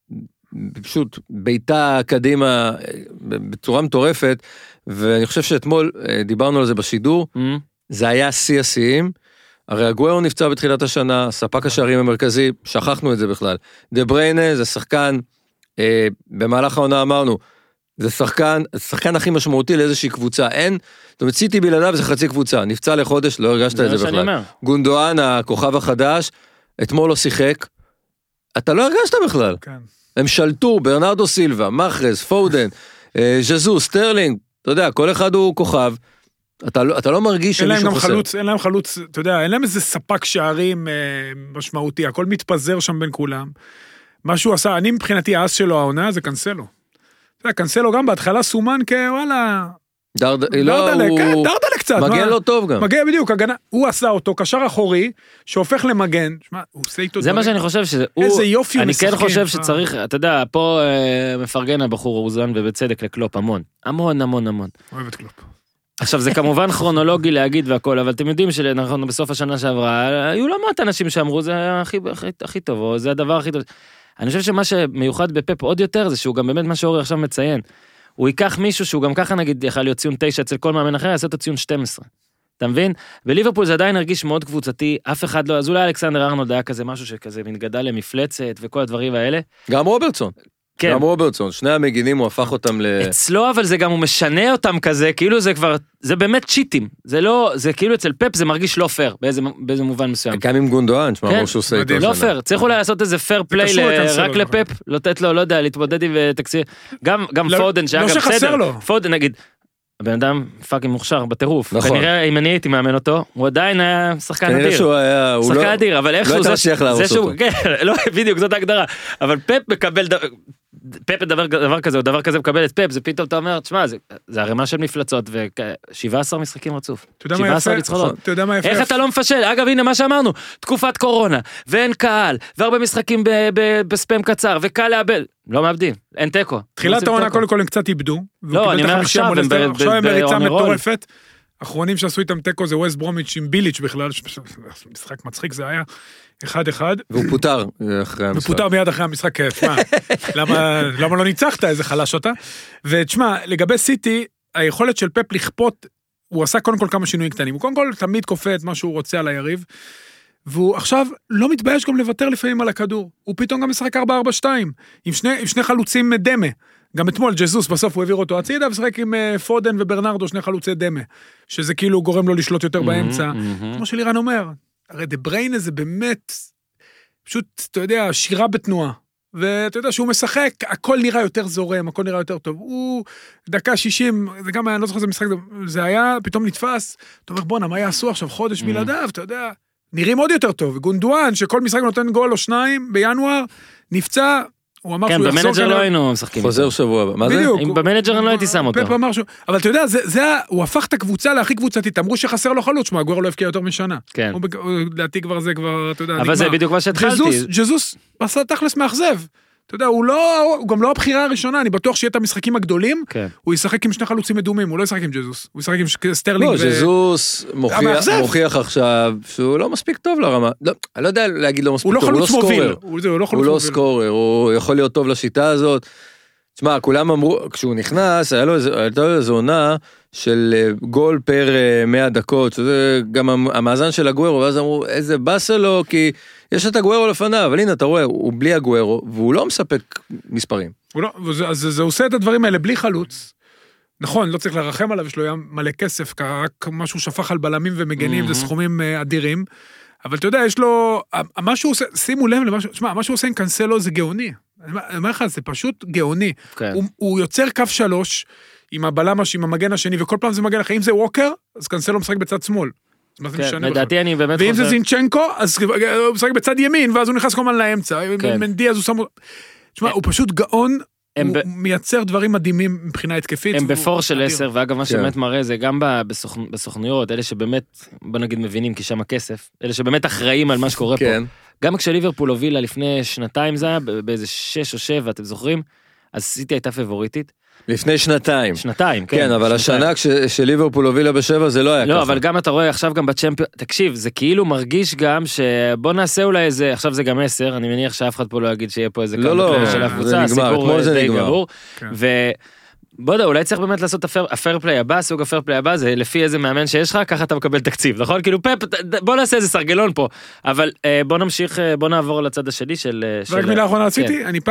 [SPEAKER 4] פשוט ביתה קדימה בצורה מטורפת, ואני חושב שאתמול דיברנו על זה בשידור, mm-hmm. זה היה שיא השיאים, הרי הגוארו נפצע בתחילת השנה, ספק השערים המרכזי, שכחנו את זה בכלל. דה בריינה זה שחקן, אה, במהלך העונה אמרנו, זה שחקן, השחקן הכי משמעותי לאיזושהי קבוצה, אין, זאת אומרת, סיטי בלעדיו זה חצי קבוצה, נפצע לחודש, לא הרגשת את זה בכלל. גונדואן, הכוכב החדש, אתמול לא שיחק, אתה לא הרגשת בכלל.
[SPEAKER 3] כן.
[SPEAKER 4] הם שלטו, ברנרדו סילבה, מחרז, פודן, אה, ז'זו, סטרלינג, אתה יודע, כל אחד הוא כוכב, אתה לא, אתה לא מרגיש שמישהו חוסר.
[SPEAKER 3] חלוץ, אין להם חלוץ, אתה יודע, אין להם איזה ספק שערים אה, משמעותי, הכל מתפזר שם בין כולם. מה שהוא עשה, אני מבחינתי, האס שלו, העונה, זה קנסלו. אתה יודע, קנסלו גם בהתחלה סומן כוואלה... דרדלה, כן, דרדלה קצת.
[SPEAKER 4] מגן לא טוב גם.
[SPEAKER 3] מגן בדיוק, הגנה, הוא עשה אותו, קשר אחורי, שהופך למגן, שמה, הוא עושה איתו...
[SPEAKER 1] זה מה שאני חושב שזה...
[SPEAKER 3] איזה יופי הוא משחקים.
[SPEAKER 1] אני כן חושב שצריך, אתה יודע, פה מפרגן הבחור אוזן, ובצדק לקלופ המון. המון, המון, המון.
[SPEAKER 3] אוהב את קלופ.
[SPEAKER 1] עכשיו, זה כמובן כרונולוגי להגיד והכל, אבל אתם יודעים שאנחנו בסוף השנה שעברה, היו לא מעט אנשים שאמרו, זה הכי, הכי, הכי טוב, או זה הדבר הכי טוב. אני חושב שמה שמיוחד בפפ עוד יותר, זה שהוא גם באמת מה שאורי עכשיו מציין. הוא ייקח מישהו שהוא גם ככה נגיד יכול להיות ציון תשע אצל כל מאמן אחר, יעשה אותו ציון שתים עשרה. אתה מבין? בליברפול זה עדיין הרגיש מאוד קבוצתי, אף אחד לא, אז אולי אלכסנדר ארנולד היה כזה משהו שכזה מתגדל למפלצת וכל הדברים האלה.
[SPEAKER 4] גם רוברטסון.
[SPEAKER 1] כן.
[SPEAKER 4] גם רוברטסון, שני המגינים הוא הפך אותם ל...
[SPEAKER 1] אצלו אבל זה גם הוא משנה אותם כזה, כאילו זה כבר, זה באמת צ'יטים. זה לא, זה כאילו אצל פפ זה מרגיש לא פייר, באיזה, באיזה מובן מסוים.
[SPEAKER 4] גם עם גונדואן, שמה אמרו שהוא עושה איתו
[SPEAKER 1] לא פייר, צריך אולי לעשות איזה פייר פליי רק לפפ, לתת לו, לא יודע, להתמודד עם תקציב. גם פודן, שהיה גם בסדר, פודן נגיד, הבן אדם פאקינג מוכשר בטירוף.
[SPEAKER 4] נכון.
[SPEAKER 1] כנראה אם אני הייתי מאמן אותו, הוא עדיין היה שחקן אדיר.
[SPEAKER 4] כנראה שהוא היה, הוא
[SPEAKER 1] שחקן
[SPEAKER 4] לא...
[SPEAKER 1] אדיר, אבל איך
[SPEAKER 4] שהוא...
[SPEAKER 1] זה...
[SPEAKER 4] לא הייתה מצליח להרוס אותו.
[SPEAKER 1] כן, לא, בדיוק, זאת ההגדרה. אבל פפ מקבל... פפ דבר, דבר כזה, או דבר כזה מקבל את פפ, זה פתאום אתה אומר, תשמע, זה, זה הרמה של מפלצות, ו-שבעה עשר משחקים רצוף. שבעה עשר ניצחונות.
[SPEAKER 3] אתה יודע מה יפה?
[SPEAKER 1] איך אתה לא מפשל? אגב, הנה מה שאמרנו, תקופת קורונה, ואין קהל, והרבה משחקים בספאם קצר, וקל לאבד. לא מאבדים, אין טקו.
[SPEAKER 3] תחילת העונה קודם כל הם קצת איבדו.
[SPEAKER 1] לא, אני אומר עכשיו,
[SPEAKER 3] עכשיו הם בריצה מטורפת. האחרונים שעשו איתם טקו זה ווסט ברומיץ' עם ביליץ' בכלל, משחק מצחיק זה היה. אחד אחד.
[SPEAKER 4] והוא פוטר אחרי המשחק.
[SPEAKER 3] ופוטר מיד אחרי המשחק, תשמע, למה, למה לא ניצחת, איזה חלש אותה? ותשמע, לגבי סיטי, היכולת של פפ לכפות, הוא עשה קודם כל כמה שינויים קטנים, הוא קודם כל תמיד כופה את מה שהוא רוצה על היריב, והוא עכשיו לא מתבייש גם לוותר לפעמים על הכדור, הוא פתאום גם משחק ארבע ארבע שתיים, עם שני, עם שני חלוצים דמה, גם אתמול ג'זוס בסוף הוא העביר אותו הצידה, ושחק עם פודן וברנרדו, שני חלוצי דמה, שזה כאילו גורם לו לשלוט יותר באמצע, כמו שלירן אומר, הרי דה בריינה זה באמת, פשוט, אתה יודע, שירה בתנועה, ואתה יודע שהוא משחק, הכל נראה יותר זורם, הכל נראה יותר טוב, הוא דקה שישים, זה גם היה, אני לא זוכר זה משחק, זה היה, פתאום נתפס, אתה אומר, בונה, מה יעשו עכשיו, חודש בלעדיו, אתה יודע, נראים עוד יותר טוב, גונדואן, שכל משחק נותן גול או שניים, בינואר, נפצע, הוא אמר שהוא יחזור...
[SPEAKER 1] כן, במנג'ר לא היינו משחקים.
[SPEAKER 4] חוזר שבוע הבא. מה זה?
[SPEAKER 1] במנג'ר אני לא הייתי שם אותו.
[SPEAKER 3] פפ אמר שהוא... אבל אתה יודע, הוא הפך את הקבוצה להכי קבוצתית, אמרו שחסר לו חלוץ, שמה, גוארו לא הפקיע יותר משנה.
[SPEAKER 1] כן.
[SPEAKER 3] לדעתי כבר זה כבר, אתה יודע, נגמר.
[SPEAKER 1] אבל זה בדיוק מה שהתחלתי.
[SPEAKER 3] ג'זוס עשה תכלס מאכזב. אתה יודע, הוא לא, הוא גם לא הבחירה הראשונה, אני בטוח שיהיה את המשחקים הגדולים,
[SPEAKER 1] כן.
[SPEAKER 3] הוא ישחק עם שני חלוצים מדומים, הוא לא ישחק עם ג'זוס, הוא ישחק עם סטרלינג.
[SPEAKER 4] לא, ג'זוס מוכיח, מוכיח עכשיו שהוא לא מספיק טוב לרמה, לא, אני לא יודע להגיד לא מספיק טוב, הוא לא סקורר, הוא לא, הוא לא סקורר, הוא יכול להיות טוב לשיטה הזאת. תשמע, כולם אמרו, כשהוא נכנס, היה לו איזו עונה של גול פר מאה דקות, שזה גם המאזן של הגוארו, ואז אמרו, איזה באסה לו, כי יש את הגוארו לפניו, אבל הנה, אתה רואה, הוא בלי הגוארו, והוא לא מספק מספרים. הוא לא,
[SPEAKER 3] אז זה עושה את הדברים האלה בלי חלוץ. נכון, לא צריך לרחם עליו, יש לו מלא כסף, רק משהו שפך על בלמים ומגנים, זה סכומים אדירים, אבל אתה יודע, יש לו, מה שהוא עושה, שימו לב למשהו, תשמע, מה שהוא עושה עם קנסלו זה גאוני. אני אומר לך, זה פשוט גאוני. הוא, הוא יוצר קו שלוש, עם הבלם, עם המגן השני, וכל פעם זה מגן אחרי, אם זה ווקר, אז קנסלו משחק בצד שמאל.
[SPEAKER 1] לדעתי אני באמת חושב...
[SPEAKER 3] ואם זה זינצ'נקו, אז הוא משחק בצד ימין, ואז הוא נכנס כל הזמן לאמצע. מנדי, אז הוא שם... תשמע, הוא פשוט גאון, הוא מייצר דברים מדהימים מבחינה התקפית.
[SPEAKER 1] הם בפור של עשר, ואגב מה שבאמת מראה זה גם בסוכנויות, אלה שבאמת, בוא נגיד מבינים, כי שם הכסף, אלה שבאמת אחראים על מה שקורה פה. גם כשליברפול הובילה לפני שנתיים זה היה, באיזה שש או שבע, אתם זוכרים? אז סיטי הייתה פבוריטית.
[SPEAKER 4] לפני שנתיים.
[SPEAKER 1] שנתיים, כן.
[SPEAKER 4] כן, אבל השנה כשליברפול הובילה בשבע זה לא היה ככה.
[SPEAKER 1] לא, אבל גם אתה רואה עכשיו גם בצ'מפיון, תקשיב, זה כאילו מרגיש גם שבוא נעשה אולי איזה, עכשיו זה גם עשר, אני מניח שאף אחד פה לא יגיד שיהיה פה איזה כמה פלא של הקבוצה, הסיפור די גמור. ו... בוא יודע, אולי צריך באמת לעשות הפייר פליי הבא, סוג הפייר פליי הבא, זה לפי איזה מאמן שיש לך, ככה אתה מקבל תקציב, נכון? כאילו פפ, בוא נעשה איזה סרגלון פה, אבל בוא נמשיך, בוא נעבור לצד השני של...
[SPEAKER 3] רק מילה אחרונה עשיתי, אני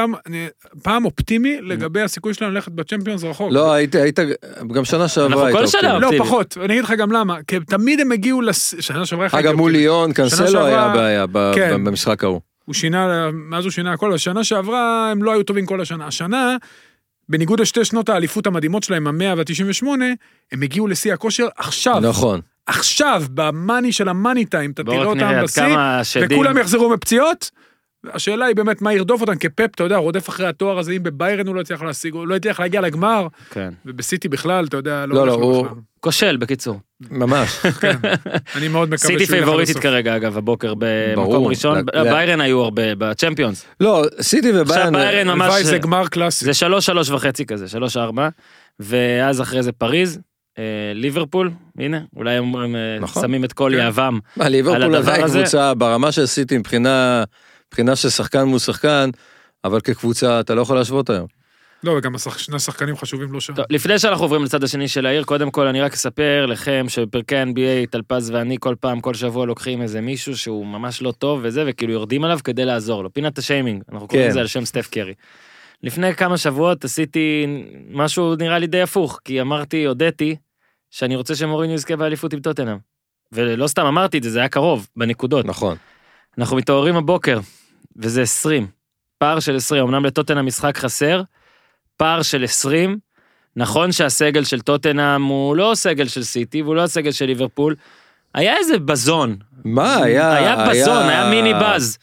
[SPEAKER 3] פעם אופטימי לגבי הסיכוי שלנו ללכת בצ'מפיונס רחוק.
[SPEAKER 4] לא, היית, גם שנה שעברה היית
[SPEAKER 1] אופטימי.
[SPEAKER 3] לא, פחות, אני אגיד לך גם למה, כי תמיד הם הגיעו לשנה שעברה...
[SPEAKER 4] אגב, מול ליון, קנסלו היה בעיה במשחק ההוא.
[SPEAKER 3] הוא שינה, מאז הוא שינה הכל, השנה שעברה הם לא היו טובים כל השנה. השנה בניגוד לשתי שנות האליפות המדהימות שלהם, המאה והתשעים ושמונה, הם הגיעו לשיא הכושר עכשיו.
[SPEAKER 4] נכון.
[SPEAKER 3] עכשיו, במאני של המאני טיים, אתה
[SPEAKER 1] בואו
[SPEAKER 3] תראה
[SPEAKER 1] רק
[SPEAKER 3] אותם
[SPEAKER 1] נראה עד
[SPEAKER 3] בשיא,
[SPEAKER 1] כמה השדים-
[SPEAKER 3] וכולם יחזרו מפציעות. השאלה היא באמת מה ירדוף אותם כפפ, אתה יודע, רודף אחרי התואר הזה, אם בביירן הוא לא הצליח להשיג, הוא לא הצליח להגיע לגמר,
[SPEAKER 1] כן.
[SPEAKER 3] ובסיטי בכלל, אתה יודע,
[SPEAKER 4] לא, לא,
[SPEAKER 3] הולך לו
[SPEAKER 4] הוא-
[SPEAKER 3] בכלל.
[SPEAKER 1] כושל, בקיצור.
[SPEAKER 4] ממש.
[SPEAKER 3] כן. אני מאוד מקווה
[SPEAKER 1] סיטי
[SPEAKER 3] שהוא ילך
[SPEAKER 1] פייבוריטית
[SPEAKER 3] לסוף.
[SPEAKER 1] כרגע, אגב, הבוקר במקום
[SPEAKER 4] ברור.
[SPEAKER 1] ראשון.
[SPEAKER 4] ל- ל-
[SPEAKER 1] ביירן היו הרבה, בצ'מפיונס.
[SPEAKER 4] לא, סיטי
[SPEAKER 1] עכשיו
[SPEAKER 4] וביירן...
[SPEAKER 1] ביירן ממש...
[SPEAKER 3] הלוואי זה גמר קלאסי.
[SPEAKER 1] זה שלוש, שלוש וחצי כזה, שלוש, ארבע. ואז אחרי זה פריז, אה, ליברפול, הנה, אולי אומרים, אה,
[SPEAKER 4] נכון.
[SPEAKER 1] שמים את כל
[SPEAKER 3] כן.
[SPEAKER 1] יהבם.
[SPEAKER 4] מה,
[SPEAKER 1] על
[SPEAKER 4] ליברפול
[SPEAKER 1] הדבר
[SPEAKER 4] עדיין
[SPEAKER 1] הזה-
[SPEAKER 4] קבוצה ברמה של סיטי מבחינה, מבחינה של שחקן מול שחקן, אבל כקבוצה אתה לא יכול להשוות היום.
[SPEAKER 3] לא, וגם השח- שני השחקנים חשובים לא שם.
[SPEAKER 1] טוב, לפני שאנחנו עוברים לצד השני של העיר, קודם כל אני רק אספר לכם שבפרקי ה-אן בי איי, טלפז ואני כל פעם, כל שבוע לוקחים איזה מישהו שהוא ממש לא טוב וזה, וכאילו יורדים עליו כדי לעזור לו. פינת השיימינג, אנחנו קוראים
[SPEAKER 4] כן.
[SPEAKER 1] לזה על שם סטף קרי. לפני כמה שבועות עשיתי משהו נראה לי די הפוך, כי אמרתי, הודיתי, שאני רוצה שמוריניו יזכה באליפות עם טוטנהאם. ולא סתם אמרתי את זה, זה היה קרוב, בנקודות.
[SPEAKER 4] נכון.
[SPEAKER 1] אנחנו מתעוררים הבוקר, וזה עשרים. פער של עשרים, אמנם לטוטנהאם משחק חסר, פער של עשרים, נכון שהסגל של טוטנהאם הוא לא סגל של סיטי, והוא לא הסגל של ליברפול, היה איזה בזון.
[SPEAKER 4] מה, היה...
[SPEAKER 1] היה בזון, היה מיני בז.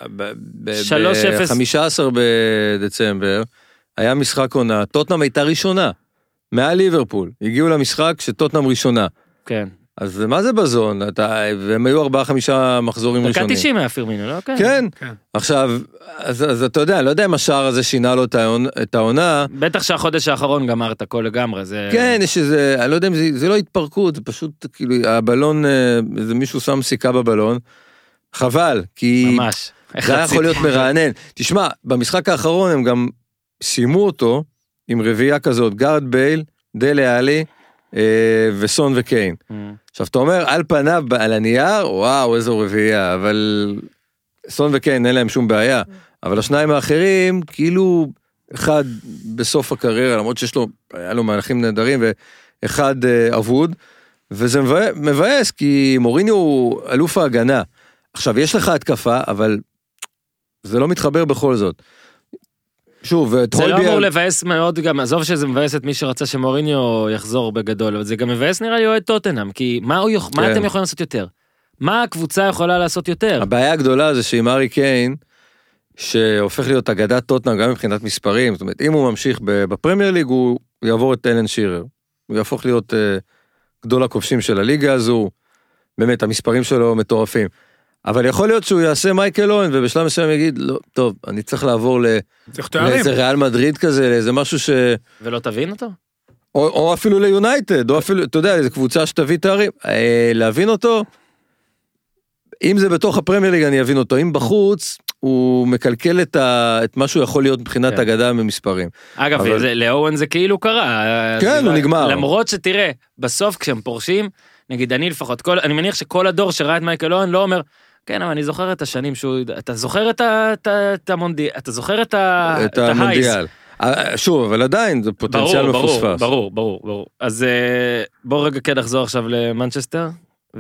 [SPEAKER 1] שלוש אפס.
[SPEAKER 4] ב-חמישה עשר בדצמבר, היה משחק עונה, טוטנהאם הייתה ראשונה, מעל ליברפול, הגיעו למשחק שטוטנהאם ראשונה.
[SPEAKER 1] כן.
[SPEAKER 4] אז מה זה בזון? אתה, והם היו ארבעה חמישה מחזורים
[SPEAKER 1] דקה
[SPEAKER 4] ראשונים.
[SPEAKER 1] תשעים היה פירמינו, לא? כן.
[SPEAKER 4] כן.
[SPEAKER 3] כן.
[SPEAKER 4] עכשיו, אז, אז אתה יודע, לא יודע אם השער הזה שינה לו את העונה- את העונה,
[SPEAKER 1] בטח שהחודש האחרון גמר את הכל לגמרי, זה...
[SPEAKER 4] כן, יש איזה, אני לא יודע אם זה, זה לא התפרקות, זה פשוט כאילו, הבלון, אה, איזה מישהו שם סיכה בבלון, חבל, כי
[SPEAKER 1] ממש. איך
[SPEAKER 4] זה היה
[SPEAKER 1] רציתי.
[SPEAKER 4] יכול להיות מרענן. תשמע, במשחק האחרון הם גם סיימו אותו עם רביעייה כזאת, גארד בייל, דלה עלי, אה, וסון וקיין.
[SPEAKER 1] Mm.
[SPEAKER 4] עכשיו, אתה אומר, על פניו, על הנייר, וואו, איזו רביעייה, אבל סון וקיין אין להם שום בעיה, אבל השניים האחרים, כאילו, אחד בסוף הקריירה, למרות שיש לו, היה לו מהלכים נהדרים, ואחד אה, אבוד, וזה מבאס, מבאס, כי מוריניו הוא אלוף ההגנה. עכשיו, יש לך התקפה, אבל זה לא מתחבר בכל זאת. שוב,
[SPEAKER 1] זה לא
[SPEAKER 4] טרולביאל-
[SPEAKER 1] אמור לבאס מאוד גם, עזוב שזה מבאס את מי שרצה שמוריניו יחזור בגדול, אבל זה גם מבאס נראה לי אוהד טוטנהאם, כי מה, הוא, יוכ- מה
[SPEAKER 4] כן.
[SPEAKER 1] אתם יכולים לעשות יותר? מה הקבוצה יכולה לעשות יותר?
[SPEAKER 4] הבעיה הגדולה זה שעם ארי קיין, שהופך להיות אגדת טוטנהאם גם מבחינת מספרים, זאת אומרת, אם הוא ממשיך ב- בפרמייר ליג, הוא יעבור את אלן שירר. הוא יהפוך להיות uh, גדול הכובשים של הליגה הזו, באמת, המספרים שלו מטורפים. אבל יכול להיות שהוא יעשה מייקל אוהן, ובשלב מסוים יגיד, לא, טוב, אני צריך לעבור ל-
[SPEAKER 3] צריך תארים.
[SPEAKER 4] לאיזה ריאל מדריד כזה, לאיזה משהו ש...
[SPEAKER 1] ולא תבין אותו?
[SPEAKER 4] או, או אפילו ליונייטד, או אפילו, אתה יודע, איזו קבוצה שתביא תארים. אה, להבין אותו, אם זה בתוך הפרמייר ליג אני אבין אותו, אם בחוץ, הוא מקלקל את, ה, את מה שהוא יכול להיות מבחינת
[SPEAKER 1] כן.
[SPEAKER 4] אגדה ממספרים.
[SPEAKER 1] אגב,
[SPEAKER 4] אבל-
[SPEAKER 1] זה, לאורן זה כאילו קרה.
[SPEAKER 4] כן,
[SPEAKER 1] זה-
[SPEAKER 4] הוא נגמר.
[SPEAKER 1] למרות שתראה, בסוף כשהם פורשים, נגיד אני לפחות, כל, אני מניח שכל הדור שראה את מייקל אוהן לא אומר, כן, אבל אני זוכר את השנים שהוא, אתה זוכר את, ה, את, ה, את המונדיאל, אתה זוכר את, ה,
[SPEAKER 4] את
[SPEAKER 1] ההייס.
[SPEAKER 4] המונדיאל. אה, שוב, אבל עדיין זה פוטנציאל
[SPEAKER 1] ברור, ברור,
[SPEAKER 4] מפוספס.
[SPEAKER 1] ברור, ברור, ברור. אז אה, בוא רגע כן נחזור עכשיו למנצ'סטר,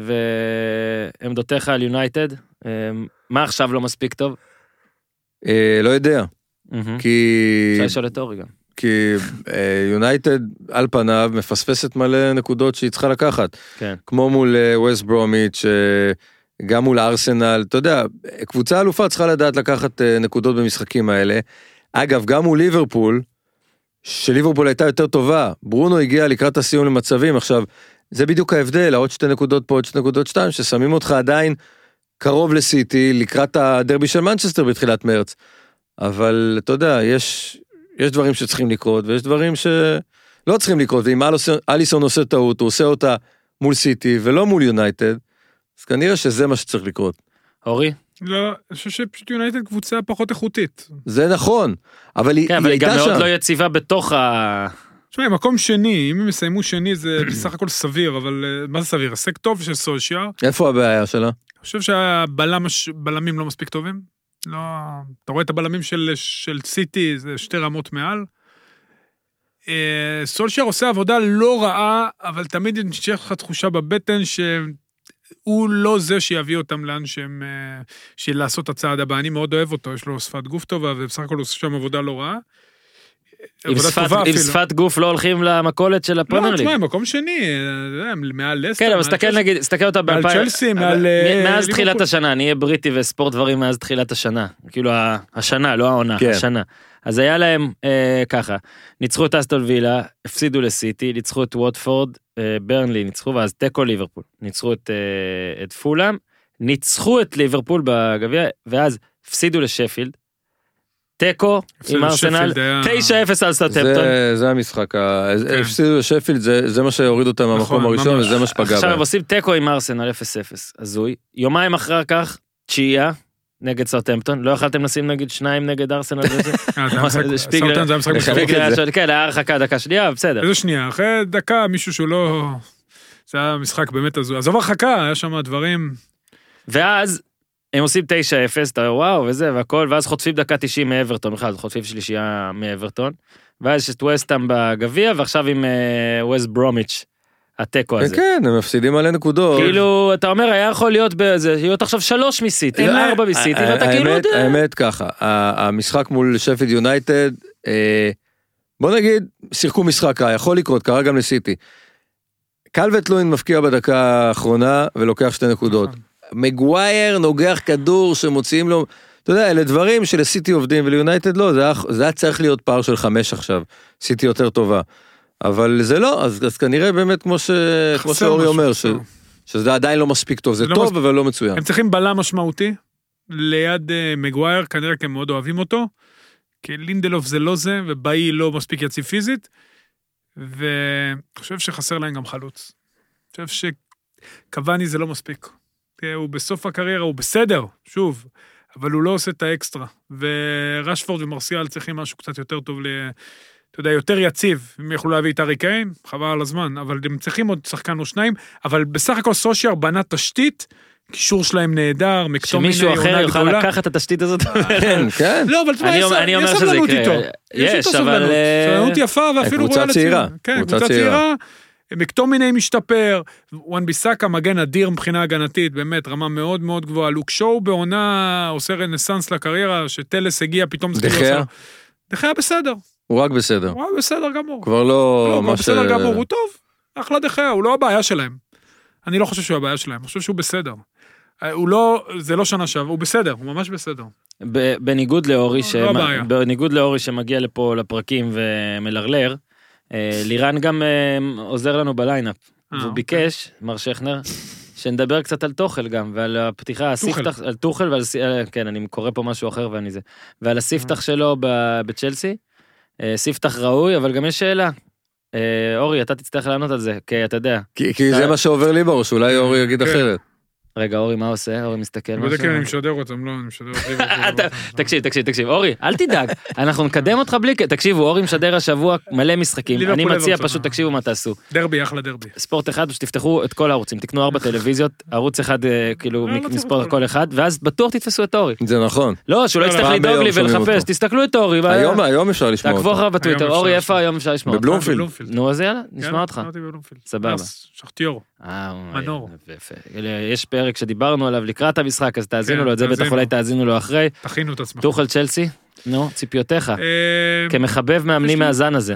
[SPEAKER 1] ועמדותיך על יונייטד, אה, מה עכשיו לא מספיק טוב?
[SPEAKER 4] אה, לא יודע,
[SPEAKER 1] מהמם.
[SPEAKER 4] כי...
[SPEAKER 1] אפשר לשאול את אורי גם.
[SPEAKER 4] כי יונייטד על פניו מפספסת מלא נקודות שהיא צריכה לקחת.
[SPEAKER 1] כן.
[SPEAKER 4] כמו מול ווסט ברומיץ', גם מול ארסנל, אתה יודע, קבוצה אלופה צריכה לדעת לקחת אה, נקודות במשחקים האלה. אגב, גם מול ליברפול, שליברפול הייתה יותר טובה, ברונו הגיע לקראת הסיום למצבים, עכשיו, זה בדיוק ההבדל, עוד שתי נקודות פה, עוד שתי נקודות שתיים, ששמים אותך עדיין קרוב לסיטי, לקראת הדרבי של מנצ'סטר בתחילת מרץ. אבל אתה יודע, יש, יש דברים שצריכים לקרות, ויש דברים שלא צריכים לקרות, ואם אליסון, אליסון עושה טעות, הוא עושה אותה מול סיטי, ולא מול יונייטד, אז כנראה שזה מה שצריך לקרות.
[SPEAKER 1] אורי?
[SPEAKER 3] לא, אני חושב שפשוט יונייטד קבוצה פחות איכותית.
[SPEAKER 4] זה נכון, אבל היא,
[SPEAKER 1] כן,
[SPEAKER 4] היא
[SPEAKER 1] אבל היא גם
[SPEAKER 4] הייתה
[SPEAKER 1] מאוד
[SPEAKER 4] שם.
[SPEAKER 1] לא יציבה בתוך ה...
[SPEAKER 3] תשמע, מקום שני, אם הם יסיימו שני זה בסך הכל סביר, אבל אה, מה זה סביר? הישג טוב של סולשיאר.
[SPEAKER 4] איפה הבעיה שלה?
[SPEAKER 3] אני חושב שהבלמים לא מספיק טובים. לא, אתה רואה את הבלמים של, של סיטי, זה שתי רמות מעל. אה, סולשיאר עושה עבודה לא רעה, אבל תמיד נשאר לך תחושה בבטן שהוא לא זה שיביא אותם לאן שהם, אה, של לעשות את הצעד הבא. אני מאוד אוהב אותו, יש לו שפת גוף טובה, ובסך הכל הוא עושה שם עבודה לא רעה.
[SPEAKER 1] עם
[SPEAKER 3] עבודה
[SPEAKER 1] שפת-
[SPEAKER 3] טובה
[SPEAKER 1] עם
[SPEAKER 3] אפילו.
[SPEAKER 1] שפת גוף לא הולכים למכולת של
[SPEAKER 3] לא,
[SPEAKER 1] הפרמייר ליג.
[SPEAKER 3] תשמע, מקום שני, אתה יודע, מעל לסטר.
[SPEAKER 1] כן, אבל
[SPEAKER 3] מעל
[SPEAKER 1] תסתכל
[SPEAKER 3] צ'לסי.
[SPEAKER 1] נגיד, תסתכל אותה
[SPEAKER 3] מעל
[SPEAKER 1] באלפיים...
[SPEAKER 3] צ'לסי,
[SPEAKER 1] אבל
[SPEAKER 3] מעל,
[SPEAKER 1] מ-
[SPEAKER 3] אה,
[SPEAKER 1] מאז
[SPEAKER 3] ליברפול.
[SPEAKER 1] תחילת השנה, אני אהיה בריטי וספורט דברים מאז תחילת השנה. כאילו, ה- השנה, לא העונה,
[SPEAKER 4] כן.
[SPEAKER 1] השנה. אז היה להם אה, ככה, ניצחו את אסטון וילה, הפסידו לסיטי, ניצחו את ווטפורד, אה, ברנלי ניצחו, ואז תיקו ליברפול. ניצחו את, אה, את פולאם, ניצחו את ליברפול בגביע, ואז הפסידו לשפילד, תיקו
[SPEAKER 3] הפסידו
[SPEAKER 1] עם ארסנל,
[SPEAKER 3] לשפילד, היה-
[SPEAKER 1] תשע אפס על סטארטמפטון.
[SPEAKER 4] זה, זה המשחק, ה- הפסידו לשפילד, זה, זה מה שהוריד אותם מהמקום
[SPEAKER 3] נכון,
[SPEAKER 4] הראשון,
[SPEAKER 3] ממש.
[SPEAKER 4] וזה מה שפגע
[SPEAKER 1] עכשיו הם
[SPEAKER 4] בהם.
[SPEAKER 1] עושים תיקו עם ארסנל אפס אפס, הזוי. יומיים אחר כך, תשיעייה, נגד סאוטהמפטון, לא יכלתם לשים נגיד שניים נגד ארסנל וזה?
[SPEAKER 3] אה, זה היה משחק-
[SPEAKER 1] זה שפיגלר.
[SPEAKER 3] סאוטהמפטון זה היה משחק
[SPEAKER 4] לחלק
[SPEAKER 3] משחק.
[SPEAKER 4] את
[SPEAKER 1] שפיגלר,
[SPEAKER 4] זה.
[SPEAKER 1] כן, היה הרחקה דקה שנייה, בסדר.
[SPEAKER 3] איזה שנייה, אחרי דקה מישהו שהוא לא... זה היה משחק באמת הזו. עזוב הרחקה, היה שם דברים...
[SPEAKER 1] ואז הם עושים תשע אפס, אתה אומר וואו וזה והכל, ואז חוטפים דקה תשעים מאברטון, בכלל חוטפים שלישייה מאברטון, ואז יש את ווסטהאם בגביע, ועכשיו עם ווסט ברומיץ', התיקו
[SPEAKER 4] כן,
[SPEAKER 1] הזה.
[SPEAKER 4] כן, הם מפסידים מלא נקודות.
[SPEAKER 1] כאילו, אתה אומר, היה יכול להיות בזה, להיות עכשיו שלוש מסיטי,
[SPEAKER 3] אין
[SPEAKER 1] ארבע
[SPEAKER 3] להם-
[SPEAKER 1] מסיטי,
[SPEAKER 4] ה-
[SPEAKER 1] ואתה כאילו
[SPEAKER 4] האמת-
[SPEAKER 1] יודע.
[SPEAKER 4] האמת ככה, ה- המשחק מול שפילד יונייטד, אה, בוא נגיד, שיחקו משחק רע, יכול לקרות, קרה גם לסיטי. קלווט לוין מפקיע בדקה האחרונה ולוקח שתי נקודות.
[SPEAKER 3] נכון.
[SPEAKER 4] מגווייר נוגח כדור שמוציאים לו, אתה יודע, אלה דברים שלסיטי עובדים וליונייטד לא, זה היה, זה היה צריך להיות פער של חמש עכשיו, סיטי יותר טובה. אבל זה לא, אז, אז כנראה באמת כמו, ש, כמו
[SPEAKER 3] חסר
[SPEAKER 4] שאורי
[SPEAKER 3] משהו,
[SPEAKER 4] אומר, ש,
[SPEAKER 3] חסר.
[SPEAKER 4] שזה עדיין לא מספיק טוב, זה
[SPEAKER 3] לא
[SPEAKER 4] טוב
[SPEAKER 3] מספיק.
[SPEAKER 4] אבל לא מצוין.
[SPEAKER 3] הם צריכים בלם משמעותי, ליד אה, מגווייר, כנראה כי הם מאוד אוהבים אותו, כי לינדלוף זה לא זה, ובאי לא מספיק יציב פיזית, ואני חושב שחסר להם גם חלוץ. אני חושב שקוואני זה לא מספיק. כי הוא בסוף הקריירה, הוא בסדר, שוב, אבל הוא לא עושה את האקסטרה. ורשפורד ומרסיאל צריכים משהו קצת יותר טוב, ל... אתה יודע, יותר יציב. הם יכולו להביא את הארי קיין, חבל על הזמן, אבל הם צריכים עוד שחקן או שניים, אבל בסך הכל סושיאר בנה תשתית, קישור שלהם נהדר, מקטומיני,
[SPEAKER 1] שמישהו אחר
[SPEAKER 3] עונה
[SPEAKER 1] יוכל
[SPEAKER 3] גדולה.
[SPEAKER 1] לקחת את התשתית הזאת.
[SPEAKER 4] כן, כן.
[SPEAKER 3] לא, אבל תשמע,
[SPEAKER 1] אני
[SPEAKER 3] יש
[SPEAKER 1] אומר- אני אומר
[SPEAKER 3] יש
[SPEAKER 1] שזה
[SPEAKER 3] סבלנות
[SPEAKER 1] יקרה.
[SPEAKER 3] איתו.
[SPEAKER 1] יש,
[SPEAKER 3] איתו
[SPEAKER 1] אבל,
[SPEAKER 3] סבלנות.
[SPEAKER 1] אה,
[SPEAKER 3] סבלנות יפה ואפילו
[SPEAKER 4] קבוצה
[SPEAKER 3] רואה
[SPEAKER 4] צעירה.
[SPEAKER 3] לציון. כן,
[SPEAKER 4] קבוצה
[SPEAKER 3] קבוצה
[SPEAKER 4] צעירה.
[SPEAKER 3] צעירה. מקטומיני משתפר, וואן ביסאקה מגן אדיר מבחינה הגנתית, באמת, רמה מאוד מאוד גבוהה. לוק שואו בעונה עושה רנסנס לקריירה, שטלס הגיע, פתאום זה כאילו
[SPEAKER 4] דחיה?
[SPEAKER 3] עושה- דחיה בסדר,
[SPEAKER 4] הוא רק בסדר.
[SPEAKER 3] הוא בסדר גמור.
[SPEAKER 4] כבר לא...
[SPEAKER 3] לא, הוא
[SPEAKER 4] מה ש-
[SPEAKER 3] בסדר גמור, הוא טוב, אחלה דחיה, הוא לא הבעיה שלהם. אני לא חושב שהוא הבעיה שלהם, אני חושב שהוא בסדר. הוא לא, זה לא שנה שעברה, הוא בסדר, הוא ממש בסדר.
[SPEAKER 1] ב- בניגוד לאורי,
[SPEAKER 3] לא
[SPEAKER 1] שמ-
[SPEAKER 3] הבעיה.
[SPEAKER 1] בניגוד לאורי שמגיע לפה לפרקים ומלרלר, אה, לירן גם אה, עוזר לנו בליינאפ,
[SPEAKER 3] אה,
[SPEAKER 1] והוא
[SPEAKER 3] אוקיי.
[SPEAKER 1] ביקש, מר שכנר, שנדבר קצת על תוכל גם, ועל הפתיחה,
[SPEAKER 3] טוחל.
[SPEAKER 1] הספתח, על טוחל, ועל, ס- אה, כן, אני קורא פה משהו אחר ואני זה, ועל הספתח שלו ב- בצ'לסי, אה, ספתח ראוי, אבל גם יש שאלה. אה, אורי, אתה תצטרך לענות על זה, כי אתה יודע.
[SPEAKER 4] כי כי זה מה שעובר לי בראש, אולי אורי יגיד
[SPEAKER 3] כן.
[SPEAKER 4] אחרת.
[SPEAKER 1] רגע, אורי, מה עושה? אורי מסתכל
[SPEAKER 3] אני
[SPEAKER 1] משהו?
[SPEAKER 3] בדרך כלל אני משדר אותם, לא, אני משדר אותם.
[SPEAKER 1] אתה- תקשיב, תקשיב, תקשיב, אורי, אל תדאג, אנחנו נקדם אותך בלי, תקשיבו, אורי משדר השבוע מלא משחקים,
[SPEAKER 3] ליברפול
[SPEAKER 1] אני מציע
[SPEAKER 3] אברטון.
[SPEAKER 1] פשוט תקשיבו מה תעשו.
[SPEAKER 3] דרבי, אחלה דרבי.
[SPEAKER 1] ספורט אחד, פשוט תפתחו את כל הערוצים, תקנו ארבע טלוויזיות, ערוץ אחד אה, כאילו
[SPEAKER 3] לא, לא צריך
[SPEAKER 1] מספור
[SPEAKER 3] הכל.
[SPEAKER 1] כל אחד, ואז בטוח תתפסו את אורי.
[SPEAKER 4] זה נכון.
[SPEAKER 1] לא, שהוא לא
[SPEAKER 3] לא,
[SPEAKER 1] יצטרך
[SPEAKER 4] פעם
[SPEAKER 1] לדאוג
[SPEAKER 4] ביום
[SPEAKER 1] לי
[SPEAKER 4] שומעים
[SPEAKER 1] ולחפש,
[SPEAKER 4] אותו.
[SPEAKER 1] תסתכלו את אורי, ו-
[SPEAKER 4] היום היום אפשר לשמוע
[SPEAKER 1] תעקבו
[SPEAKER 4] אותו.
[SPEAKER 1] אחריו בטוויטר,
[SPEAKER 3] היום
[SPEAKER 1] אורי,
[SPEAKER 3] אפשר
[SPEAKER 1] איפה היום אפשר לשמוע אותך?
[SPEAKER 4] בבלומפילד.
[SPEAKER 3] בבלומפילד.
[SPEAKER 1] נו, אז יאללה, נשמע
[SPEAKER 3] כן,
[SPEAKER 1] אותך.
[SPEAKER 3] אמרתי בבלומפילד.
[SPEAKER 1] סבבה.
[SPEAKER 3] אז שחטיור.
[SPEAKER 1] אה,
[SPEAKER 3] מנור.
[SPEAKER 1] יפה, יפה. יש פרק שדיברנו עליו לקראת המשחק, אז תאזינו
[SPEAKER 3] כן,
[SPEAKER 1] לו את זה, בטח
[SPEAKER 3] תאזינו.
[SPEAKER 1] אולי תאזינו לו אחרי.
[SPEAKER 3] תכינו את עצמכם.
[SPEAKER 1] טוחל צ'לסי, נו, ציפיותיך,
[SPEAKER 3] אה,
[SPEAKER 1] כמחבב מאמנים
[SPEAKER 3] יש לי-
[SPEAKER 1] מהזן הזה.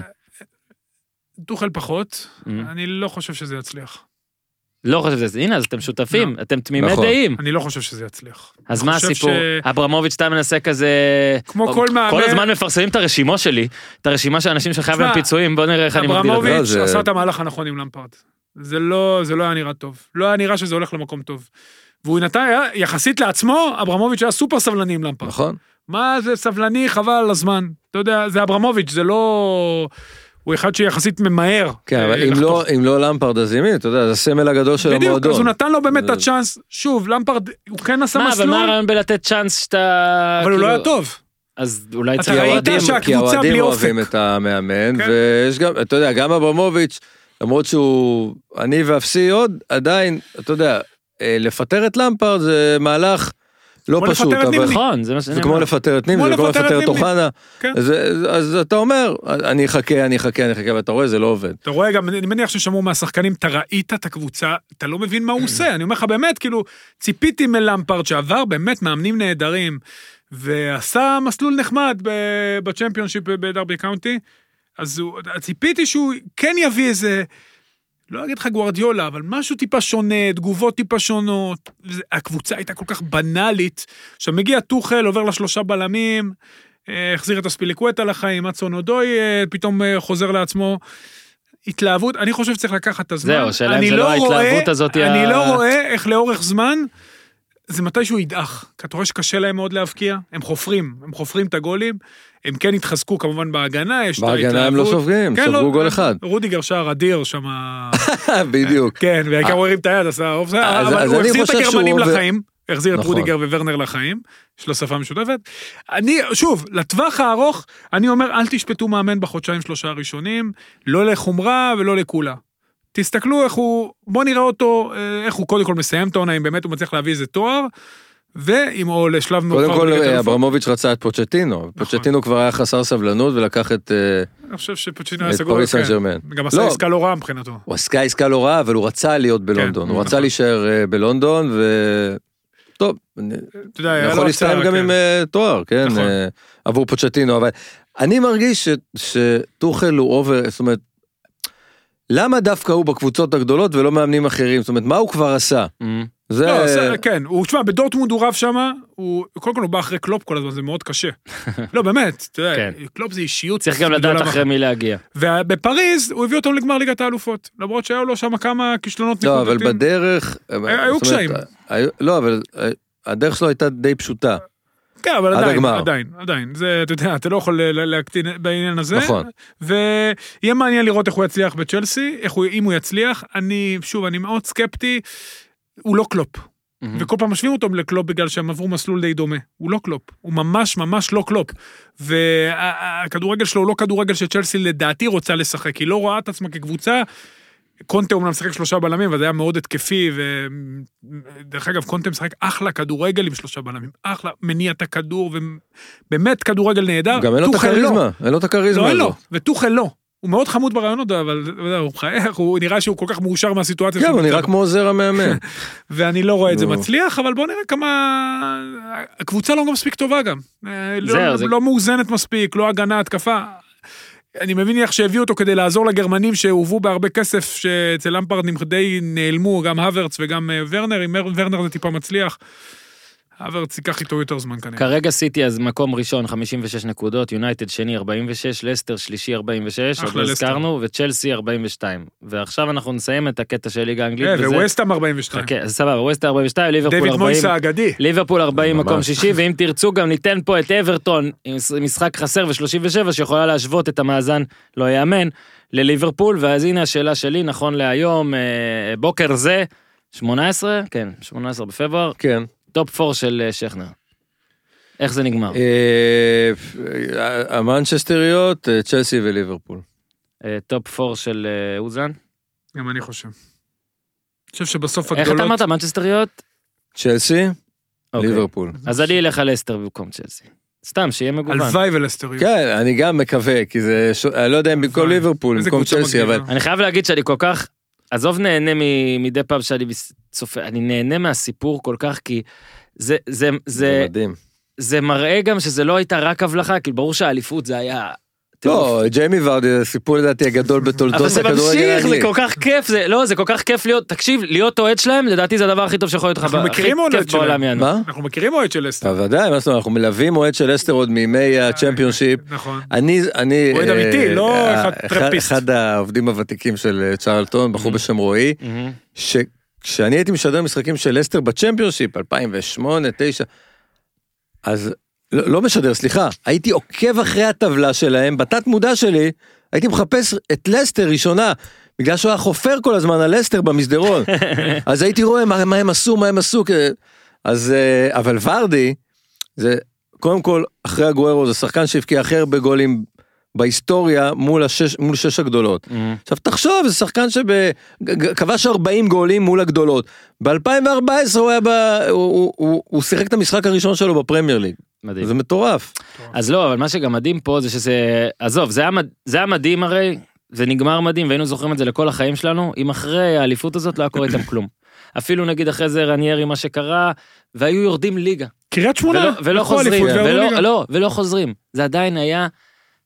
[SPEAKER 3] טוחל פחות,
[SPEAKER 1] Mm.
[SPEAKER 3] אני לא חושב שזה יצליח.
[SPEAKER 1] לא חושב שזה, הנה, אז אתם שותפים, אתם תמימי
[SPEAKER 4] נכון.
[SPEAKER 1] דעים.
[SPEAKER 3] אני לא חושב שזה יצליח.
[SPEAKER 1] אז
[SPEAKER 3] אני
[SPEAKER 1] מה
[SPEAKER 3] חושב
[SPEAKER 1] הסיפור?
[SPEAKER 3] ש-
[SPEAKER 1] אברמוביץ' אתה מנסה כזה...
[SPEAKER 3] כמו כל מאמן-
[SPEAKER 1] כל הזמן מפרסמים את הרשימו שלי, את הרשימה של אנשים שחייב
[SPEAKER 3] תשמע,
[SPEAKER 1] להם פיצויים, בוא נראה איך אני מגדיר את זה.
[SPEAKER 3] אברמוביץ'
[SPEAKER 4] לא, זה-
[SPEAKER 3] עשה את המהלך הנכון עם למפרד. זה לא, זה לא היה נראה טוב. לא היה נראה שזה הולך למקום טוב. והוא נתן, היה- יחסית לעצמו, אברמוביץ' היה סופר סבלני עם למפרד.
[SPEAKER 4] נכון?
[SPEAKER 3] מה זה סבלני, חבל על הזמן. אתה יודע, זה אברמוביץ', זה לא... הוא אחד שיחסית ממהר.
[SPEAKER 4] כן,
[SPEAKER 3] אה,
[SPEAKER 4] אבל אם
[SPEAKER 3] לחתוך.
[SPEAKER 4] לא, אם לא למפרד, אז ימין, אתה יודע, זה הסמל הגדול של
[SPEAKER 3] בדיוק,
[SPEAKER 4] המועדון.
[SPEAKER 3] אז הוא נתן לו באמת את
[SPEAKER 4] זה-
[SPEAKER 3] הצ'אנס. שוב, למפרד, הוא כן עשה
[SPEAKER 1] מה, אבל
[SPEAKER 3] מסלול,
[SPEAKER 1] מה הרעיון בלתת צ'אנס שאתה...
[SPEAKER 3] אבל הוא לא
[SPEAKER 1] כאילו-
[SPEAKER 3] היה טוב.
[SPEAKER 1] אז אולי
[SPEAKER 3] אתה
[SPEAKER 1] צריך...
[SPEAKER 3] ראית
[SPEAKER 4] האוהדים-
[SPEAKER 3] שהקבוצה
[SPEAKER 4] כי האוהדים
[SPEAKER 3] בלי
[SPEAKER 4] אוהבים
[SPEAKER 3] אופק.
[SPEAKER 4] את המאמן,
[SPEAKER 3] כן.
[SPEAKER 4] ויש גם, אתה יודע, גם אברמוביץ', למרות שהוא, אני ואפסי עוד, עדיין, אתה יודע, אה, לפטר את למפרד זה מהלך לא
[SPEAKER 3] כמו
[SPEAKER 4] פשוט,
[SPEAKER 3] לפטר את
[SPEAKER 4] אבל
[SPEAKER 3] נימני.
[SPEAKER 1] נכון, זה מה שאני
[SPEAKER 4] זה כמו
[SPEAKER 1] אומר.
[SPEAKER 4] לפטר את נימני,
[SPEAKER 3] כמו
[SPEAKER 4] זה כמו
[SPEAKER 3] לפטר את
[SPEAKER 4] לפטר את
[SPEAKER 3] נימני.
[SPEAKER 4] אוחנה,
[SPEAKER 3] כן.
[SPEAKER 4] אז- אז אתה אומר, אני אחכה, אני אחכה, אני אחכה, ואתה רואה, זה לא עובד.
[SPEAKER 3] אתה רואה גם, אני מניח ששמעו מהשחקנים, אתה ראית את הקבוצה, אתה לא מבין מה הוא עושה, אני אומר לך באמת, כאילו, ציפיתי מלמפרד שעבר באמת מאמנים נהדרים, ועשה מסלול נחמד ב- בצ'מפיונשיפ בדרבי קאונטי, אז הוא, ציפיתי שהוא כן יביא איזה, לא אגיד לך גוארדיולה, אבל משהו טיפה שונה, תגובות טיפה שונות, הקבוצה הייתה כל כך בנאלית, עכשיו מגיע טוחל, עובר לשלושה בלמים, החזיר את הספיליקווטה לחיים, אצון אודוי, פתאום חוזר לעצמו, התלהבות, אני חושב שצריך לקחת את הזמן.
[SPEAKER 1] זהו, שאלה אם זה לא ההתלהבות הזאת.
[SPEAKER 3] אני לא רואה איך לאורך זמן, זה מתי שהוא ידעך, כי אתה רואה שקשה להם מאוד להבקיע, הם חופרים, הם חופרים את הגולים, הם כן התחזקו כמובן בהגנה, יש את ההתלהבות.
[SPEAKER 4] בהגנה הם לא סופגים, ספגו גול אחד.
[SPEAKER 3] רודיגר שער אדיר שם.
[SPEAKER 4] בדיוק.
[SPEAKER 3] כן, והעיקר הוא הרים את היד, אבל הוא החזיר את הגרמנים לחיים, החזיר את רודיגר וורנר לחיים, יש לו שפה משותפת. אני, שוב, לטווח הארוך, אני אומר, אל תשפטו מאמן בחודשיים שלושה הראשונים, לא לחומרה ולא לכולה. תסתכלו איך הוא, בוא נראה אותו, איך הוא קודם כל מסיים את העונה, אם באמת הוא מצליח להביא איזה תואר, ואם הוא לשלב מאוחר...
[SPEAKER 4] קודם כל, אברמוביץ' רצה את פוצ'טינו, פוצ'טינו כבר היה חסר סבלנות, ולקח את...
[SPEAKER 3] אני חושב שפוצ'טינו היה סגור,
[SPEAKER 4] פריס סן ז'רמן.
[SPEAKER 3] גם עשה עסקה לא רעה מבחינתו.
[SPEAKER 4] הוא עסקה עסקה לא רעה, אבל הוא רצה להיות בלונדון, הוא רצה להישאר בלונדון, ו... טוב, יכול להסתיים גם עם תואר, כן, עבור פוצ'טינו, אבל אני מרגיש שטוחל הוא אובר, זאת אומרת, למה דווקא הוא בקבוצות הגדולות ולא מאמנים אחרים? זאת אומרת, מה הוא כבר עשה?
[SPEAKER 3] זה... כן, הוא, תשמע, בדורטמונד הוא רב שמה, הוא, קודם כל הוא בא אחרי קלופ כל הזמן, זה מאוד קשה. לא, באמת, אתה יודע, קלופ זה אישיות.
[SPEAKER 1] צריך גם לדעת אחרי מי להגיע.
[SPEAKER 3] ובפריז הוא הביא אותם לגמר ליגת האלופות, למרות שהיו לו שם כמה כישלונות
[SPEAKER 4] נקודתיים. לא, אבל בדרך...
[SPEAKER 3] היו קשיים.
[SPEAKER 4] לא, אבל הדרך שלו הייתה די פשוטה.
[SPEAKER 3] כן, אבל עדיין, עדיין, עדיין. זה, אתה יודע, אתה לא יכול להקטין בעניין הזה.
[SPEAKER 4] נכון.
[SPEAKER 3] ויהיה מעניין לראות איך הוא יצליח בצ'לסי, איך הוא, אם הוא יצליח. אני, שוב, אני מאוד סקפטי, הוא לא קלופ. וכל פעם משווים אותו לקלופ בגלל שהם עברו מסלול די דומה. הוא לא קלופ. הוא ממש ממש לא קלופ. והכדורגל שלו הוא לא כדורגל שצ'לסי לדעתי רוצה לשחק. היא לא רואה את עצמה כקבוצה. קונטה אומנם משחק שלושה בלמים, וזה היה מאוד התקפי, ודרך אגב, קונטה משחק אחלה כדורגל עם שלושה בלמים, אחלה, מניע את הכדור, ובאמת כדורגל נהדר.
[SPEAKER 4] גם אין לו את הכריזמה, אין לו את הכריזמה הזאת.
[SPEAKER 3] לא, לא, וטוחל לא. הוא מאוד חמוד ברעיונות, אבל הוא חייך, הוא נראה שהוא כל כך מאושר מהסיטואציה.
[SPEAKER 4] כן, הוא נראה כמו עוזר המאמן.
[SPEAKER 3] ואני לא רואה את זה מצליח, אבל בוא נראה כמה... הקבוצה לא מספיק טובה גם. לא מאוזנת מספיק, לא הגנה, התקפה. אני מבין איך שהביאו אותו כדי לעזור לגרמנים שהובאו בהרבה כסף, שאצל למפרד די נעלמו, גם הוורץ וגם ורנר, אם ורנר זה טיפה מצליח, הוורץ ייקח איתו יותר זמן כנראה.
[SPEAKER 1] כרגע סיטי אז מקום ראשון חמישים ושש נקודות, יונייטד שני ארבעים ושש, לסטר שלישי ארבעים ושש, עוד לא הזכרנו, וצ'לסי ארבעים ושתיים. ועכשיו אנחנו נסיים את הקטע של ליגה האנגלית.
[SPEAKER 3] וווסטהאם ארבעים ושתיים.
[SPEAKER 1] כן, סבבה, ווסטהאם ארבעים ושתיים, ליברפול
[SPEAKER 3] דויד
[SPEAKER 1] ארבעים.
[SPEAKER 3] מויס האגדי.
[SPEAKER 1] ליברפול ארבעים מקום שישי, ואם תרצו גם ניתן פה את אברטון, עם משחק חסר ו-שלושים ושבע, שיכולה להשוות את המאזן, לא יאמן, לליברפול, ואז הנה השאלה שלי, נכון להיום, בוקר זה, שמונה עשרה, כן, שמונה עשרה בפברואר.
[SPEAKER 4] כן.
[SPEAKER 1] טופ פור של שכנר. איך זה נגמר?
[SPEAKER 4] המנצ'סטריות, צ'לסי וליברפול.
[SPEAKER 1] טופ פור של אוזן?
[SPEAKER 3] גם אני חושב. אני חושב שבסוף
[SPEAKER 1] הגדולות... איך אתה אמרת, מנצ'סטריות?
[SPEAKER 4] צ'לסי, ליברפול.
[SPEAKER 1] אז אני אלך על לסטר במקום צ'לסי. סתם, שיהיה מגוון.
[SPEAKER 3] הלוואי ולסטר.
[SPEAKER 4] כן, אני גם מקווה, כי זה... אני לא יודע אם במקום ליברפול, במקום צ'לסי, אבל...
[SPEAKER 1] אני חייב להגיד שאני כל כך... עזוב נהנה מדי פעם שאני צופה, אני נהנה מהסיפור כל כך, כי זה, זה, זה, זה מראה גם שזה לא הייתה רק הבלחה, כי ברור שהאליפות זה היה...
[SPEAKER 4] לא, ג'יימי ורדי, זה סיפור לדעתי הגדול בתולדות הכדורגל האנגלי.
[SPEAKER 1] אבל זה ממשיך, זה כל כך כיף, זה, לא, זה כל כך כיף להיות, תקשיב, להיות אוהד שלהם, לדעתי זה הדבר הכי טוב שיכול להיות לך,
[SPEAKER 3] אנחנו מכירים אוהד שלהם,
[SPEAKER 4] מה?
[SPEAKER 3] אנחנו מכירים אוהד של אסטר.
[SPEAKER 4] בוודאי, אנחנו מלווים אוהד של אסטר עוד מימי הצ'מפיונשיפ.
[SPEAKER 3] נכון.
[SPEAKER 4] אני, אני...
[SPEAKER 3] אוהד אמיתי, לא אחד טרפיסט.
[SPEAKER 4] אחד העובדים הוותיקים של צ'רלטון, בחור בשם רועי, שכשאני הייתי משדר משחקים של אסטר בצ'מפיונשיפ, אלפיים ושמונה, תשע, אז לא, לא משדר, סליחה, הייתי עוקב אחרי הטבלה שלהם, בתת מודע שלי, הייתי מחפש את לסטר ראשונה, בגלל שהוא היה חופר כל הזמן על לסטר במסדרון, אז הייתי רואה מה, מה הם עשו, מה הם עשו, אז, אבל ורדי, זה, קודם כל, אחרי הגוארו, זה שחקן שהבקיע הכי הרבה גולים בהיסטוריה, מול, השש, מול שש הגדולות. Mm-hmm. עכשיו, תחשוב, זה שחקן שכבש ארבעים גולים מול הגדולות, ב-אלפיים וארבע עשרה הוא היה ב... הוא, הוא, הוא, הוא שיחק את המשחק הראשון שלו בפרמייר ליג. מדהים. זה מטורף.
[SPEAKER 1] אז לא, אבל מה שגם מדהים פה זה שזה, עזוב, זה היה, זה היה מדהים הרי, זה נגמר מדהים, והיינו זוכרים את זה לכל החיים שלנו, אם אחרי האליפות הזאת לא היה קורה איתם כלום. אפילו נגיד אחרי זה רניירי מה שקרה, והיו יורדים ליגה.
[SPEAKER 3] קריית שמונה.
[SPEAKER 1] ולא, ולא חוזרים, ולא, לא, ולא חוזרים. זה עדיין היה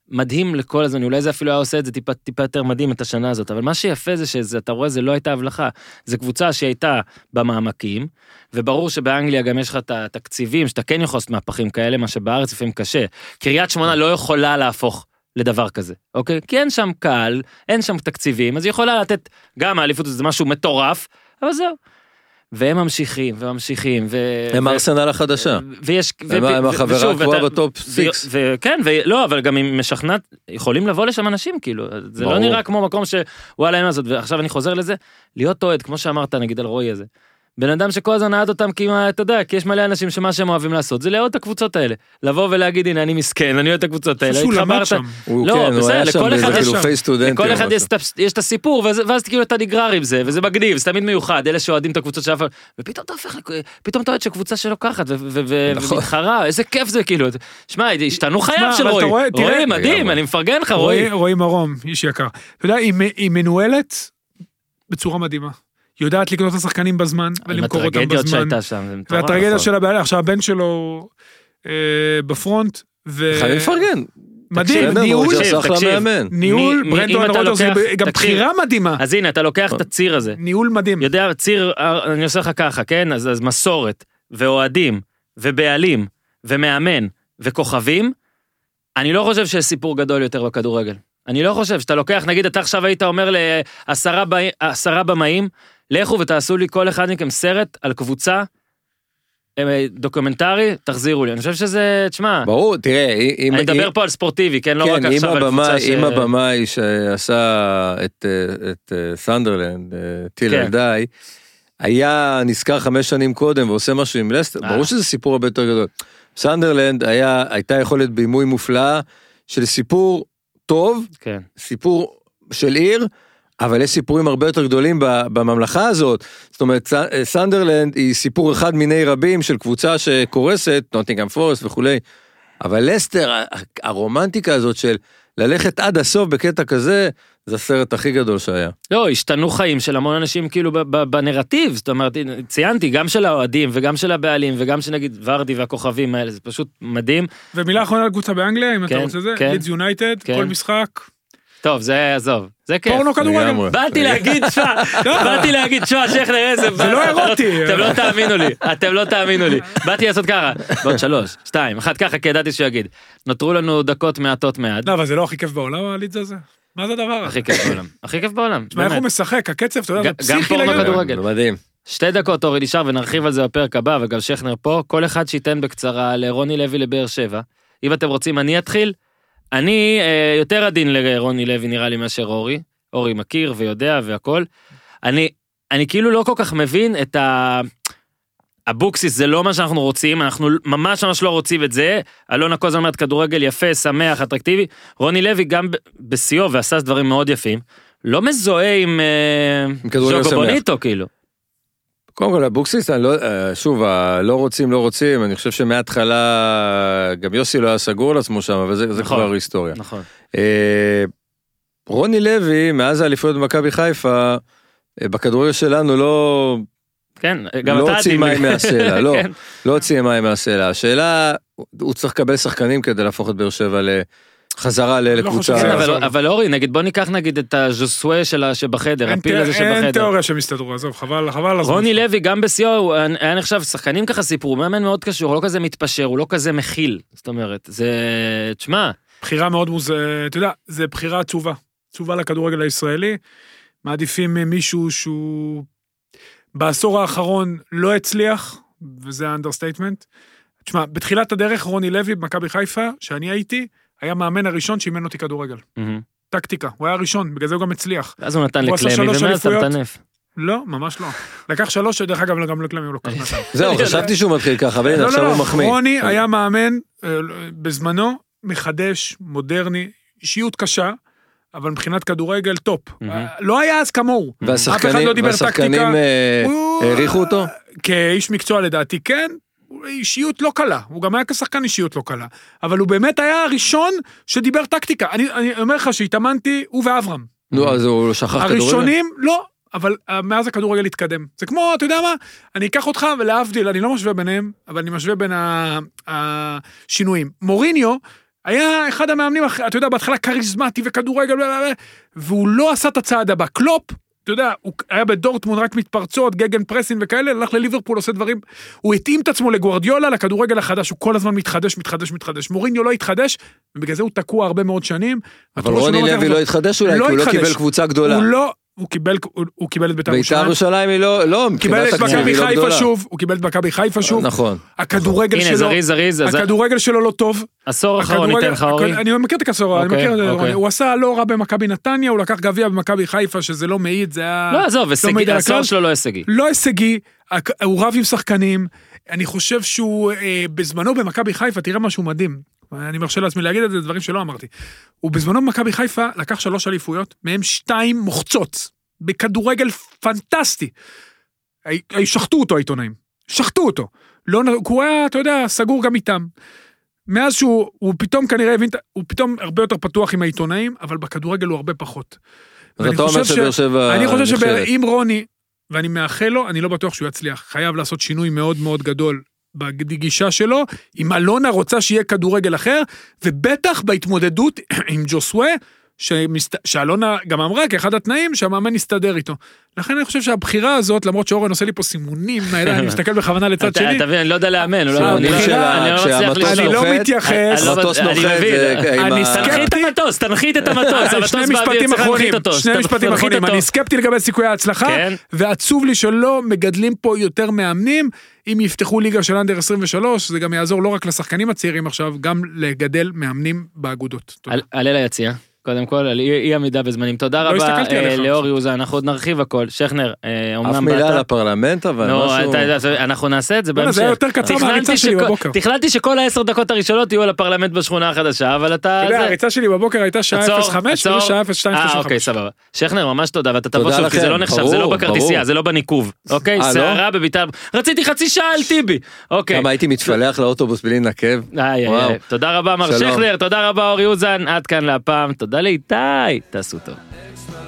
[SPEAKER 1] מדהים לכל הזמן, אולי זה אפילו היה עושה את זה טיפה, טיפה יותר מדהים את השנה הזאת, אבל מה שיפה זה שאתה רואה, זה לא הייתה הבלחה, זה קבוצה שהייתה במעמקים, וברור שבאנגליה גם יש לך את התקציבים, שאתה כן יכול לעשות מהפכים כאלה, מה שבארץ לפעמים קשה. קריית שמונה לא יכולה להפוך לדבר כזה, אוקיי? כי אין שם קהל, אין שם תקציבים, אז היא יכולה לתת, גם האליפות זה משהו מטורף, אבל זהו. והם ממשיכים, וממשיכים, ו...
[SPEAKER 4] הם ארסנל החדשה.
[SPEAKER 1] ויש...
[SPEAKER 4] הם החברה הקבועה בטופ סיקס.
[SPEAKER 1] וכן, ולא, אבל גם אם משכנעת, יכולים לבוא לשם אנשים, כאילו, זה לא נראה כמו מקום שוואלה, אין מה זאת, ועכשיו אני חוזר לזה, להיות אוהד, כמו שאמרת, נגיד על רועי הזה. בן אדם שכל הזמן נעד אותם, כי אתה יודע, כי יש מלא אנשים שמה שהם אוהבים לעשות, זה לאהוד את הקבוצות האלה. לבוא ולהגיד, הנה, אני מסכן, אני אוהד את הקבוצות האלה.
[SPEAKER 3] שהוא למד שם.
[SPEAKER 1] לא, בסדר, לכל אחד
[SPEAKER 4] יש
[SPEAKER 1] יש את הסיפור, ואז כאילו אתה נגרר עם זה, וזה מגניב, זה תמיד מיוחד, אלה שאוהדים את הקבוצות שלנו, ופתאום אתה הופך, פתאום אתה אוהד שקבוצה שלו כחת, ומתחרה, איזה כיף זה כאילו. שמע, השתנו חייו של רועי. רועי, מדהים, אני מפרגן לך, רועי.
[SPEAKER 3] רועי מרום, איש יקר. אתה יודע, היא מנוהלת בצורה מדהימה. יודעת לקנות את השחקנים בזמן, ולמכור אותם בזמן. והטרגדיה של הבעיה, עכשיו הבן שלו בפרונט,
[SPEAKER 4] חייב לפרגן.
[SPEAKER 3] מדהים, ניהול, ניהול, ברנדון רוג'רס, גם בחירה מדהימה.
[SPEAKER 1] אז הנה, אתה לוקח את הציר הזה.
[SPEAKER 3] ניהול מדהים.
[SPEAKER 1] יודע, ציר, אני עושה לך ככה, כן? אז מסורת, ואוהדים, ובעלים, ומאמן, וכוכבים, אני לא חושב שיש סיפור גדול יותר בכדורגל. אני לא חושב שאתה לוקח, נגיד, אתה עכשיו היית אומר לעשרה במאים, לכו ותעשו לי כל אחד מכם סרט על קבוצה, דוקומנטרי, תחזירו לי. אני חושב שזה, תשמע,
[SPEAKER 4] ברור, תראה,
[SPEAKER 1] אני מדבר פה על ספורטיבי, כן, לא רק עכשיו על קבוצה ש...
[SPEAKER 4] אם הבמאי שעשה את סנדרלנד, טיל אלדאי, היה נזכר חמש שנים קודם ועושה משהו עם לסטר, ברור שזה סיפור הרבה יותר גדול. סנדרלנד הייתה יכולת בימוי מופלאה של סיפור טוב, סיפור של עיר, אבל יש סיפורים הרבה יותר גדולים בממלכה הזאת, זאת אומרת, סנדרלנד היא סיפור אחד מיני רבים של קבוצה שקורסת, נוטינגהאם פורסט וכולי, אבל לסטר, הרומנטיקה הזאת של ללכת עד הסוף בקטע כזה, זה הסרט הכי גדול שהיה.
[SPEAKER 1] לא, השתנו חיים של המון אנשים כאילו בנרטיב, זאת אומרת, ציינתי, גם של האוהדים וגם של הבעלים, וגם שנגיד ורדי והכוכבים האלה, זה פשוט מדהים.
[SPEAKER 3] ומילה אחרונה על קבוצה באנגליה, אם אתה רוצה זה, לידס יונייטד, כל משחק.
[SPEAKER 1] טוב, זה עזוב, זה כיף.
[SPEAKER 3] פורנו כדורגל.
[SPEAKER 1] באתי להגיד, שעה, באתי להגיד, שעה, שכנר, איזה...
[SPEAKER 3] זה לא אירוטי.
[SPEAKER 1] אתם לא תאמינו לי, אתם לא תאמינו לי. באתי לעשות ככה, בעוד שלוש, שתיים, אחת ככה, כי ידעתי שהוא יגיד. נותרו לנו דקות מעטות מעט.
[SPEAKER 3] לא, אבל זה לא הכי כיף בעולם, הלידס הזה. מה זה הדבר הזה?
[SPEAKER 1] הכי כיף בעולם. הכי כיף בעולם.
[SPEAKER 3] איך הוא משחק, הקצב, אתה יודע, זה
[SPEAKER 1] גם
[SPEAKER 3] פסיכי
[SPEAKER 1] פורנו כדורגל.
[SPEAKER 4] מדהים.
[SPEAKER 1] שתי דקות אורי נשאר ונרחיב על זה בפרק הבא, וגם שכנר פה, כל אחד שייתן בקצרה לרוני לוי לבאר שבע. אם אתם רוצים, אני אתחיל. אני אה, יותר עדין לרוני לוי נראה לי מאשר אורי, אורי מכיר ויודע והכל, אני, אני כאילו לא כל כך מבין את ה... הבוקסיס זה לא מה שאנחנו רוצים, אנחנו ממש ממש לא רוצים את זה, אלונה כל הזמן אומרת כדורגל יפה, שמח, אטרקטיבי, רוני לוי גם בסיוע ועשה דברים מאוד יפים, לא מזוהה עם ז'וגו בוניטו כאילו.
[SPEAKER 4] קודם כל, הבוקסיס, לא, שוב, לא רוצים, לא רוצים, אני חושב שמההתחלה, גם יוסי לא היה סגור על עצמו שם, אבל זה, זה כבר היסטוריה.
[SPEAKER 1] נכון.
[SPEAKER 4] רוני לוי, מאז האליפויות במכבי חיפה, בכדורגל שלנו לא...
[SPEAKER 1] כן, גם
[SPEAKER 4] לא
[SPEAKER 1] אתה
[SPEAKER 4] הוציא מים מהסלע, לא, לא הוציא מים מהסלע. השאלה, הוא צריך לקבל שחקנים כדי להפוך את באר שבע לחזרה לקבוצה.
[SPEAKER 1] אבל אורי, נגיד, בוא ניקח נגיד את הז'וסווה שבחדר, הפיל הזה שבחדר.
[SPEAKER 3] אין תיאוריה שהם הסתדרו, עזוב, חבל, חבל.
[SPEAKER 1] רוני לוי, גם בסיוע, היה נחשב, שחקנים ככה סיפור, הוא מאמן מאוד קשור, הוא לא כזה מתפשר, הוא לא כזה מכיל, זאת אומרת, זה, תשמע.
[SPEAKER 3] בחירה מאוד מוז... אתה יודע, זה בחירה עצובה, עצובה לכדורגל הישראלי, מעדיפים מישהו שהוא בעשור האחרון לא הצליח, וזה האנדרסטייטמנט. תשמע, בתחילת הדרך רוני לוי במכבי חיפה, שאני הייתי, היה מאמן הראשון שאימן אותי כדורגל. טקטיקה, הוא היה הראשון, בגלל זה הוא גם הצליח.
[SPEAKER 1] אז הוא נתן לקלמי ומאז אתה מטנף.
[SPEAKER 3] לא, ממש לא. לקח שלוש, דרך אגב, גם לקלמי הוא לוקח נתן.
[SPEAKER 4] זהו, חשבתי שהוא מתחיל ככה, אבל הנה, עכשיו הוא מחמיא.
[SPEAKER 3] רוני היה מאמן, בזמנו, מחדש, מודרני, אישיות קשה, אבל מבחינת כדורגל טופ. לא היה אז כמוהו.
[SPEAKER 4] והשחקנים העריכו אותו?
[SPEAKER 3] כאיש מקצוע לדעתי, כן. אישיות לא קלה, הוא גם היה כשחקן אישיות לא קלה, אבל הוא באמת היה הראשון שדיבר טקטיקה. אני, אני אומר לך שהתאמנתי, הוא ואברהם.
[SPEAKER 4] נו, אז הוא שכח כדורגל?
[SPEAKER 3] הראשונים, לא, אבל מאז הכדורגל התקדם. זה כמו, אתה יודע מה, אני אקח אותך ולהבדיל, אני לא משווה ביניהם, אבל אני משווה בין השינויים. מוריניו היה אחד המאמנים, אתה יודע, בהתחלה קריזמטי וכדורגל, והוא לא עשה את הצעד הבא. קלופ, אתה יודע, הוא היה בדורטמונד רק מתפרצות, גגן פרסין וכאלה, הלך לליברפול, עושה דברים, הוא התאים את עצמו לגוארדיולה, לכדורגל החדש, הוא כל הזמן מתחדש, מתחדש, מתחדש. מוריניו לא התחדש, ובגלל זה הוא תקוע הרבה מאוד שנים.
[SPEAKER 4] אבל רוני לוי לא התחדש אולי, כי הוא לא קיבל קבוצה גדולה.
[SPEAKER 3] הוא לא, הוא קיבל, הוא קיבל את בית"ר ירושלים.
[SPEAKER 4] בית"ר ירושלים היא לא, לא,
[SPEAKER 3] קיבל את מכבי חיפה שוב, הוא קיבל את מכבי חיפה שוב.
[SPEAKER 4] נכון.
[SPEAKER 3] הכדורגל שלו,
[SPEAKER 1] זריז, זריז,
[SPEAKER 3] הכדורגל שלו לא טוב.
[SPEAKER 1] עשור אחרון ניתן לך אורי.
[SPEAKER 3] אני מכיר את הכסור, אני מכיר את זה. הוא עשה לא רע במכבי נתניה, הוא לקח גביע במכבי חיפה, שזה לא מעיד, זה היה...
[SPEAKER 1] לא, עזוב, העשור שלו לא הישגי.
[SPEAKER 3] לא הישגי, הוא רב עם שחקנים, אני חושב שהוא בזמנו במכבי חיפה, תראה משהו מדהים. אני מרשה לעצמי להגיד את זה, דברים שלא אמרתי. הוא בזמנו במכבי חיפה לקח שלוש אליפויות, מהם שתיים מוחצות, בכדורגל פנטסטי. שחטו אותו העיתונאים, שחטו אותו. לא, הוא היה, אתה יודע, סגור גם איתם. מאז שהוא הוא פתאום כנראה הבין, הוא פתאום הרבה יותר פתוח עם העיתונאים, אבל בכדורגל הוא הרבה פחות.
[SPEAKER 4] אז אתה אומר שבאר שבע...
[SPEAKER 3] אני חושב שעם רוני, ואני מאחל לו, אני לא בטוח שהוא יצליח. חייב לעשות שינוי מאוד מאוד גדול בגישה שלו, אם אלונה רוצה שיהיה כדורגל אחר, ובטח בהתמודדות עם ג'וסווה, שאלונה גם אמרה, כאחד התנאים, שהמאמן יסתדר איתו. לכן אני חושב שהבחירה הזאת, למרות שאורן עושה לי פה סימונים, אני מסתכל בכוונה לצד שלי.
[SPEAKER 1] אתה מבין, אני לא יודע לאמן,
[SPEAKER 3] אני לא מתייחס,
[SPEAKER 1] אני תנחית את המטוס, תנחית את המטוס,
[SPEAKER 3] שני משפטים אחרונים, שני משפטים אחרונים, אני סקפטי לגבי סיכויי ההצלחה, ועצוב לי שלא מגדלים פה יותר מאמנים, אם יפתחו ליגה של אנדר עשרים ושלוש, זה גם יעזור לא רק לשחקנים הצעירים עכשיו, גם לגדל מאמנים באגודות.
[SPEAKER 1] עלה ליציאה. קודם כל, על אי עמידה בזמנים. תודה רבה לאור יוזן, אנחנו עוד נרחיב הכל. שכנר,
[SPEAKER 4] אף מילה על הפרלמנט, אבל משהו...
[SPEAKER 1] אנחנו נעשה את זה בהמשך.
[SPEAKER 3] זה יותר קצר מהריצה שלי בבוקר.
[SPEAKER 1] תכננתי שכל העשר דקות הראשונות יהיו על הפרלמנט בשכונה החדשה, אבל אתה...
[SPEAKER 3] אתה יודע, הריצה שלי בבוקר הייתה שעה אפס חמש, ולא שעה אפס שתיים שלושים וחמש.
[SPEAKER 1] אוקיי, סבבה. שכנר, ממש תודה, ואתה תבוא שוב, כי זה לא נחשב, זה לא בכרטיסייה, זה לא בניקוב. אוקיי, שערה בביתר. רציתי חצי שעה על טיבי. אוקיי.
[SPEAKER 4] כמה הייתי מתפלח לאוטובוס בלי נקב.
[SPEAKER 1] תודה רבה, מר שכנר, תודה רבה, אור יוזן. עד כאן להפעם. תודה לאיתי. תעשו טוב.